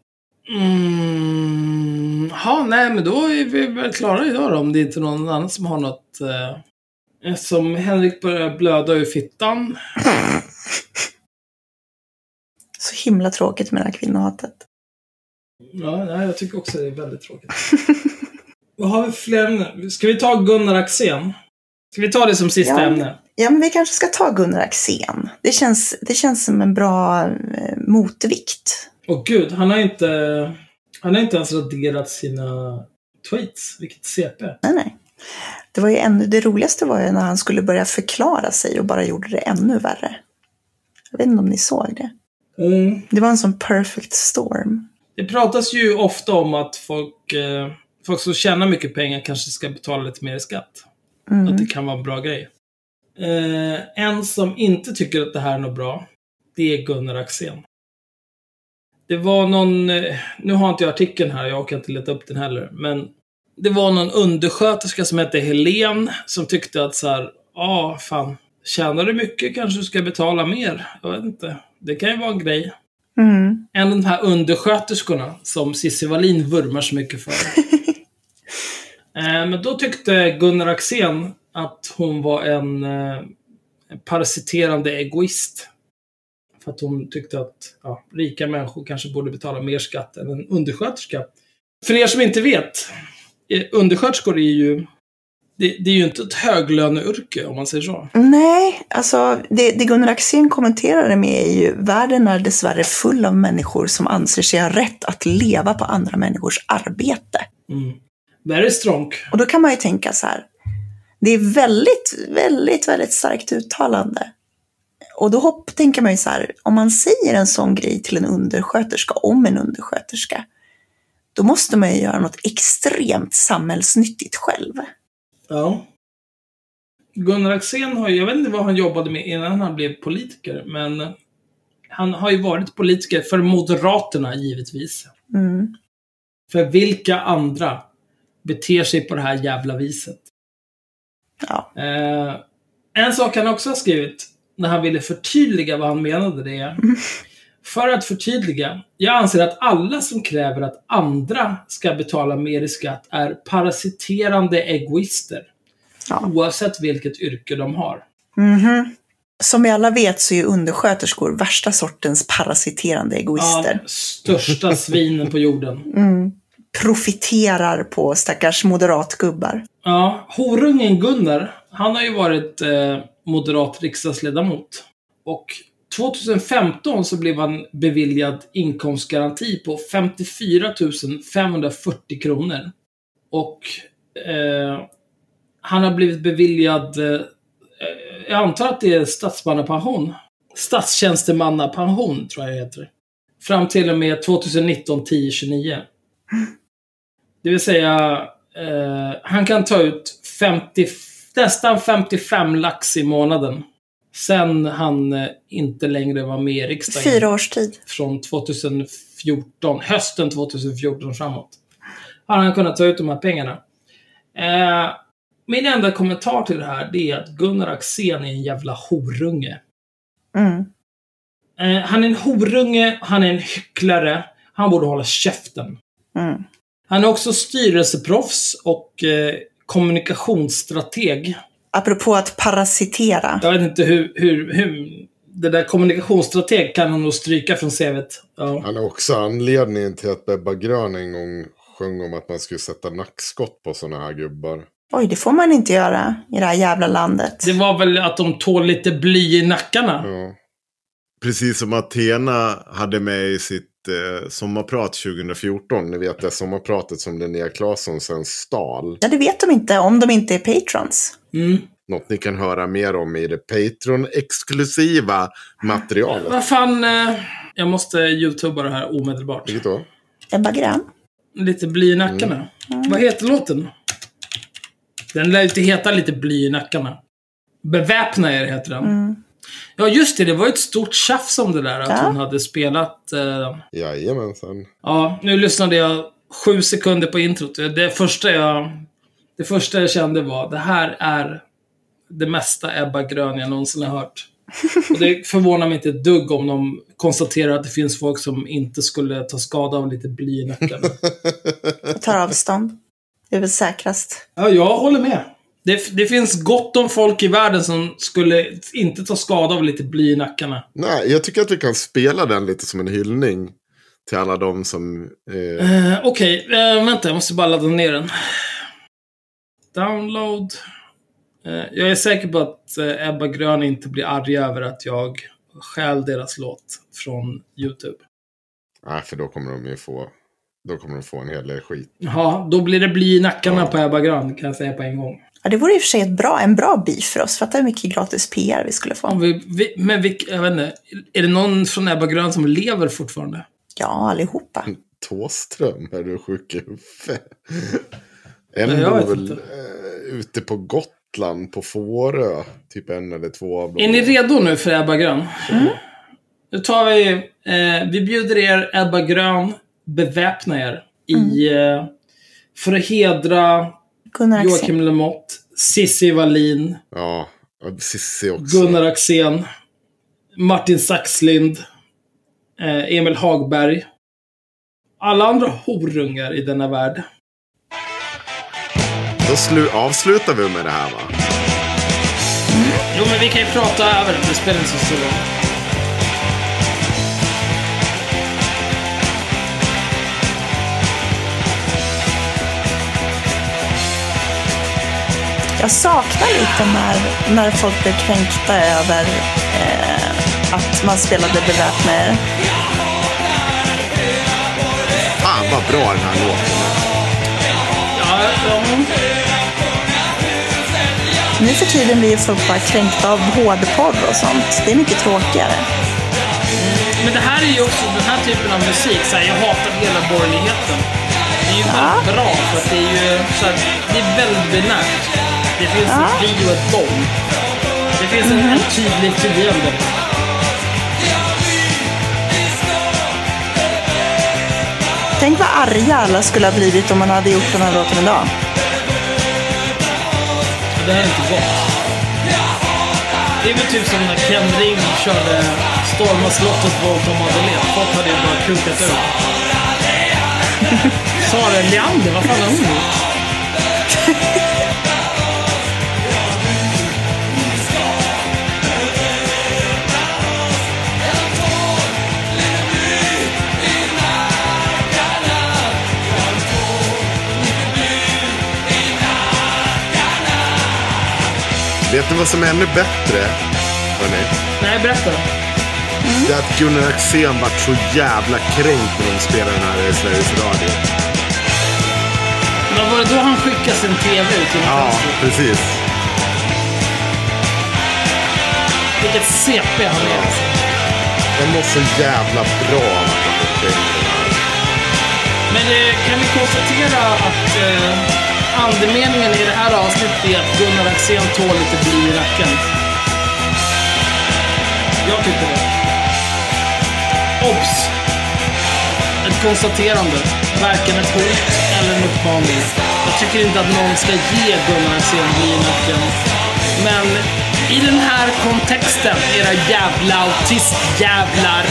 Nej, men då är vi väl klara idag då, om det inte är någon annan som har något... Eftersom Henrik börjar blöda ur fittan. Så himla tråkigt med det här kvinnohatet. Ja, jag tycker också det är väldigt tråkigt. Vad har vi fler ämnen? Ska vi ta Gunnar Axén? Ska vi ta det som sista ämne? Ja, men vi kanske ska ta Gunnar Axén. Det känns som en bra motvikt. Åh gud, han har inte ens raderat sina tweets. Vilket CP. Nej. Det var ju det roligaste var ju när han skulle börja förklara sig och bara gjorde det ännu värre. Jag vet inte om ni såg det. Det var en sån perfect storm. Det pratas ju ofta om att folk som tjänar mycket pengar kanske ska betala lite mer i skatt. Att det kan vara en bra grej. En som inte tycker att det här är något bra, det är Gunnar Axén. Det var någon, nu har inte jag artikeln här, jag kan inte leta upp den heller, men det var någon undersköterska som hette Helen som tyckte att så här, fan, tjänar du mycket kanske du ska betala mer. Jag vet inte, det kan ju vara en grej. En av de här undersköterskorna som Cissi Wallin vurmar så mycket för. Men då tyckte Gunnar Axén att hon var en parasiterande egoist. För att hon tyckte att rika människor kanske borde betala mer skatt än en undersköterska. För er som inte vet, undersköterskor är ju... Det är ju inte ett höglöneyrke om man säger så. Nej, alltså det Gunnar Axén kommenterade med är ju världen är dessvärre full av människor som anser sig ha rätt att leva på andra människors arbete. Very strong. Och då kan man ju tänka så här. Det är väldigt, väldigt, väldigt starkt uttalande. Och då tänker man ju så här. Om man säger en sån grej till en undersköterska om en undersköterska. Då måste man ju göra något extremt samhällsnyttigt själv. Ja. Gunnar Axén jag vet inte vad han jobbade med innan han blev politiker. Men han har ju varit politiker för Moderaterna givetvis. För vilka andra beter sig på det här jävla viset? Ja. En sak han också har skrivit när han ville förtydliga vad han menade det är. För att förtydliga, jag anser att alla som kräver att andra ska betala mer i skatt är parasiterande egoister. Ja. Oavsett vilket yrke de har. Som vi alla vet så är undersköterskor värsta sortens parasiterande egoister. Ja, största svinen på jorden. Profiterar på stackars moderatgubbar. Ja, horungen Gunnar, han har ju varit moderat riksdagsledamot. Och 2015 så blev han beviljad inkomstgaranti på 54 540 kronor. Och han har blivit beviljad, jag antar att det är statsmannapension. Statstjänstemannapension tror jag det heter. Fram till och med 2019 10/29. Det vill säga, han kan ta ut nästan 55 lax i månaden. Sen han inte längre var med i riksdagen. 4 års tid. Från 2014, hösten 2014 framåt. Har han kunnat ta ut de här pengarna. Min enda kommentar till det här det är att Gunnar Axén är en jävla horunge. Han är en horunge, han är en hycklare. Han borde hålla käften. Han är också styrelseproffs och kommunikationsstrateg. Apropå att parasitera. Jag vet inte hur det där kommunikationsstrateg kan han nog stryka från CV:t. Ja. Han är också anledningen till att Bebba Grön en gång sjöng om att man skulle sätta nackskott på såna här gubbar. Oj, det får man inte göra i det här jävla landet. Det var väl att de tål lite bly i nackarna. Ja. Precis som Athena hade med i sitt sommarprat 2014. Ni vet det sommarpratet som Linnea Claesson sen stal. Ja, det vet de inte om de inte är patrons. Något ni kan höra mer om i det Patreon-exklusiva materialet. Vad fan, jag måste YouTubea det här omedelbart. Vilket då? Ebba Grön. Lite bly i nackarna. Vad heter låten? Den lär inte heta lite bly i nackarna. Beväpna er heter den. Ja just det var ett stort tjafs om det där. Att hon hade spelat... Jajamensan. Ja, nu lyssnade jag 7 sekunder på introt. Det första jag kände var, det här är det mesta Ebba Grön jag någonsin har hört. Och det förvånar mig inte ett dugg om de konstaterar att det finns folk som inte skulle ta skada av lite bly i nacken. Tar avstånd. Det är väl säkrast. Ja, jag håller med. Det finns gott om folk i världen som skulle inte ta skada av lite bly i nackarna. Nej, jag tycker att vi kan spela den lite som en hyllning till alla de som... Okej, vänta, jag måste bara ladda ner den. Download. Jag är säker på att Ebba Grön inte blir arg över att jag stjäl deras låt från YouTube. Nej, för då kommer de få en hel del skit. Ja, då blir det bly i nackarna på Ebba Grön, kan jag säga på en gång. Ja, det vore i och för sig en bra beef för oss. Fattar hur mycket gratis PR vi skulle få. Jag vet inte, är det någon från Ebba Grön som lever fortfarande? Ja, allihopa. Thåström, är du sjuk i huvudet? En bor väl ute på Gotland, på Fårö. Typ 1 eller 2 av dem. Är ni redo nu för Ebba Grön? Nu tar vi bjuder er Ebba Grön, beväpna er för att hedra Joakim Lamotte, Cissi Wallin. Ja, Cissi också. Gunnar Axén, Martin Saxlind, Emil Hagberg. Alla andra horungar i denna värld. Då avslutar vi med det här, va? Jo, men vi kan ju prata över det. Det spelar inte så stor roll. Jag saknar lite när folk blir kränkta över att man spelade beväpna er. Fan vad bra den här låten är. Nu för tiden blir folk bara kränkta av hårdporr och sånt. Det är mycket tråkigare. Men det här är ju också den här typen av musik. Så här, jag hatar hela borgerligheten. Det är ju väldigt bra för att det är ju så här, det är väldigt binärt. Det finns ett vi och ett dom. Det finns en tydlig fiende. Tänk vad arga alla skulle ha blivit om man hade gjort den här låten idag. Det här är inte gott. Det är väl typ som när Ken Ring körde Storma slottet våld om Madeleine. Folk hade ju bara kukat ut. Sara Leander, vad fan har hon gjort? Vet du vad som är ännu bättre? Hörrni? Nej, berätta. Det är att Gunnar Axén var så jävla kränkt när de spelade den här i Sveriges Radio. Men var det då han skickade sin tv ut? Ja, precis. Vilket CP han är. Den var så jävla bra att han var kränkt. Men kan vi konstatera att andemeningen i det här avsnittet är att Gunnar Axén tål lite bly i nacken? Jag tycker det. Obs! Ett konstaterande. Varken ett hot eller en uppmaning. Jag tycker inte att någon ska ge Gunnar Axén bly i nacken. Men i den här kontexten, era jävla autistjävlar.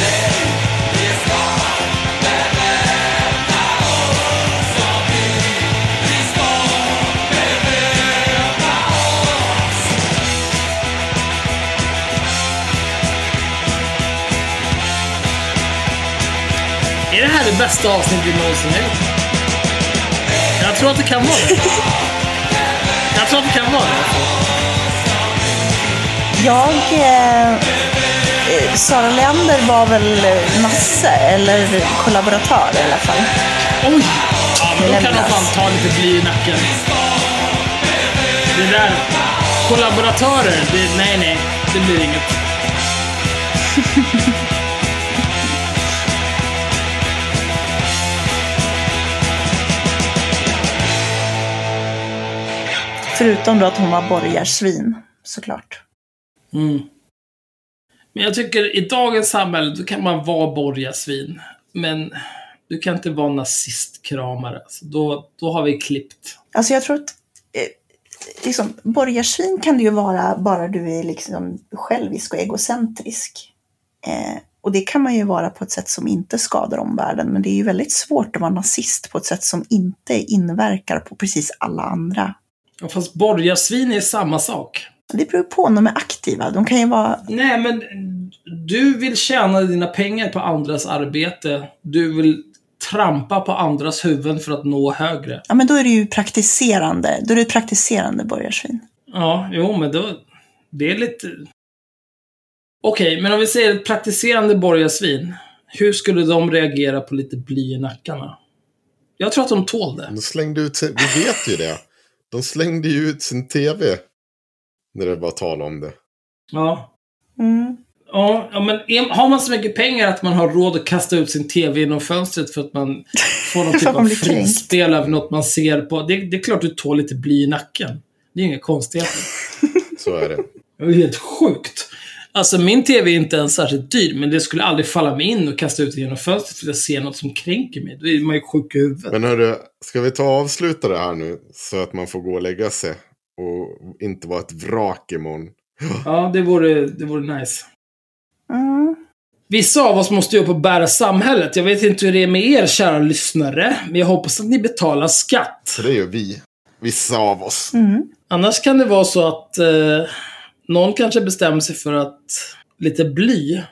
Är det här det bästa avsnittet vi någonsin har gjort? Jag tror att det kan vara det. Jag tror att det kan vara det. Sara Leander var väl Nasse, eller kollaboratör i alla fall. Oj! Ja, men då kan de fan ta lite bly i nacken. Det där, kollaboratörer, nej, det blir inget. Förutom då att hon var borgarsvin, såklart. Men jag tycker i dagens samhälle då kan man vara borgarsvin. Men du kan inte vara nazistkramare. Alltså, då har vi klippt. Alltså jag tror att liksom, borgarsvin kan det ju vara bara du är liksom självisk och egocentrisk. Och det kan man ju vara på ett sätt som inte skadar omvärlden. Men det är ju väldigt svårt att vara nazist på ett sätt som inte inverkar på precis alla andra. Ja, fast borgarsvin är samma sak. Det beror på om de är aktiva. De kan ju vara... Nej, men du vill tjäna dina pengar på andras arbete. Du vill trampa på andras huvuden för att nå högre. Ja, men då är det ju praktiserande. Då är det ett praktiserande borgarsvin. Ja, jo, men då... Det är lite... Okej, men om vi säger ett praktiserande borgarsvin. Hur skulle de reagera på lite bly i nackarna? Jag tror att de tål det. De slängde ut... Vi vet ju det. De slängde ju ut sin tv. När det var tal om det. Ja. Mm. Ja, men har man så mycket pengar att man har råd att kasta ut sin tv genom fönstret för att man får någon typ av frispel över något man ser på. Det är klart du tål lite bly i nacken. Det är inga konstigheter. Så är det. Det är helt sjukt. Alltså min tv är inte ens särskilt dyr, men det skulle aldrig falla mig in och kasta ut det genom fönstret för att jag ser något som kränker mig. Då är man ju sjuk i huvudet. Men hörru, ska vi ta och avsluta det här nu så att man får gå och lägga sig och inte vara ett vrak imorgon? Ja, det vore nice. Mm. Vissa av oss måste ju upp och bära samhället. Jag vet inte hur det är med er, kära lyssnare. Men jag hoppas att ni betalar skatt. Så det gör vi. Vissa av oss. Mm. Annars kan det vara så att någon kanske bestämmer sig för att lite bly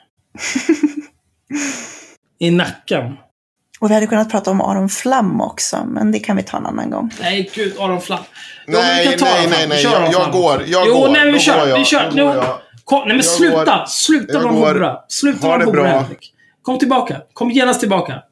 i nacken. Och vi hade kunnat prata om Aron Flam också, men det kan vi ta en annan gång. Nej, gud, Aron Flam. Nej, jag går. Nej, vi kör. Nej, men sluta vara hora. Sluta vara hora, Henrik. Kom tillbaka. Kom genast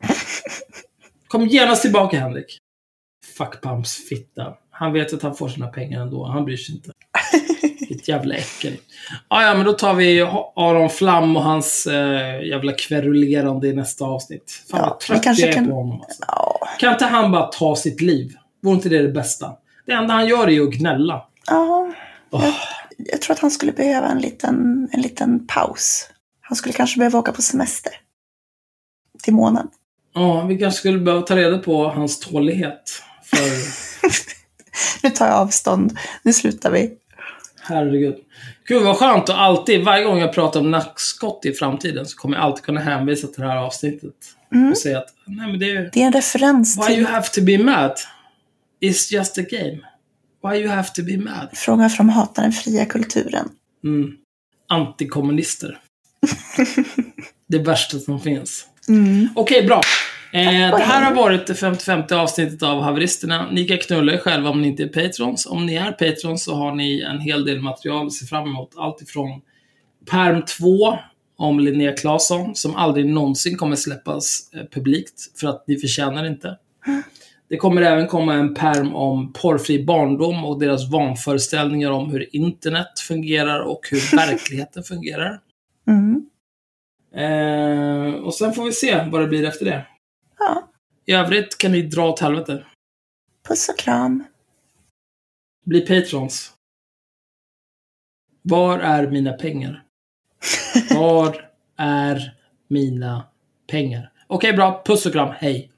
tillbaka, Henrik. Fuck Pumps fitta. Han vet att han får sina pengar ändå. Han bryr sig inte. Ett jävla äckel. Ja, men då tar vi Aron Flam och hans jävla kverulerande i nästa avsnitt. Fan vad trött jag är på honom. Alltså. Ja. Kan inte han bara ta sitt liv? Vore inte det bästa? Det enda han gör är att gnälla. Ja. Jag tror att han skulle behöva en liten paus. Han skulle kanske behöva åka på semester. Till månaden. Ja, vi kanske skulle behöva ta reda på hans tålighet. För... Nu tar jag avstånd. Nu slutar vi. Herregud. Gud vad skönt och alltid, varje gång jag pratar om nackskott i framtiden så kommer jag alltid kunna hänvisa till det här avsnittet. Och säga att, nej men det är en referens till... Why you have to be mad? It's just a game. Why you have to be mad? Fråga för de hatar den fria kulturen. Antikommunister. Det värsta som finns. Mm. Okej, bra. Det här har varit det 55:e avsnittet av Haveristerna. Ni kan knulla er själva om ni inte är patrons. Om ni är patrons så har ni en hel del material att se fram emot. Allt ifrån Perm 2 om Linnea Claesson som aldrig någonsin kommer släppas publikt för att ni förtjänar inte. Det kommer även komma en perm om porrfri barndom och deras vanföreställningar om hur internet fungerar och hur verkligheten fungerar. Och sen får vi se vad det blir efter det. Ja. I övrigt kan ni dra åt helvete. Puss och kram. Bli patrons. Var är mina pengar? Var är mina pengar? Okej, bra. Puss och kram. Hej.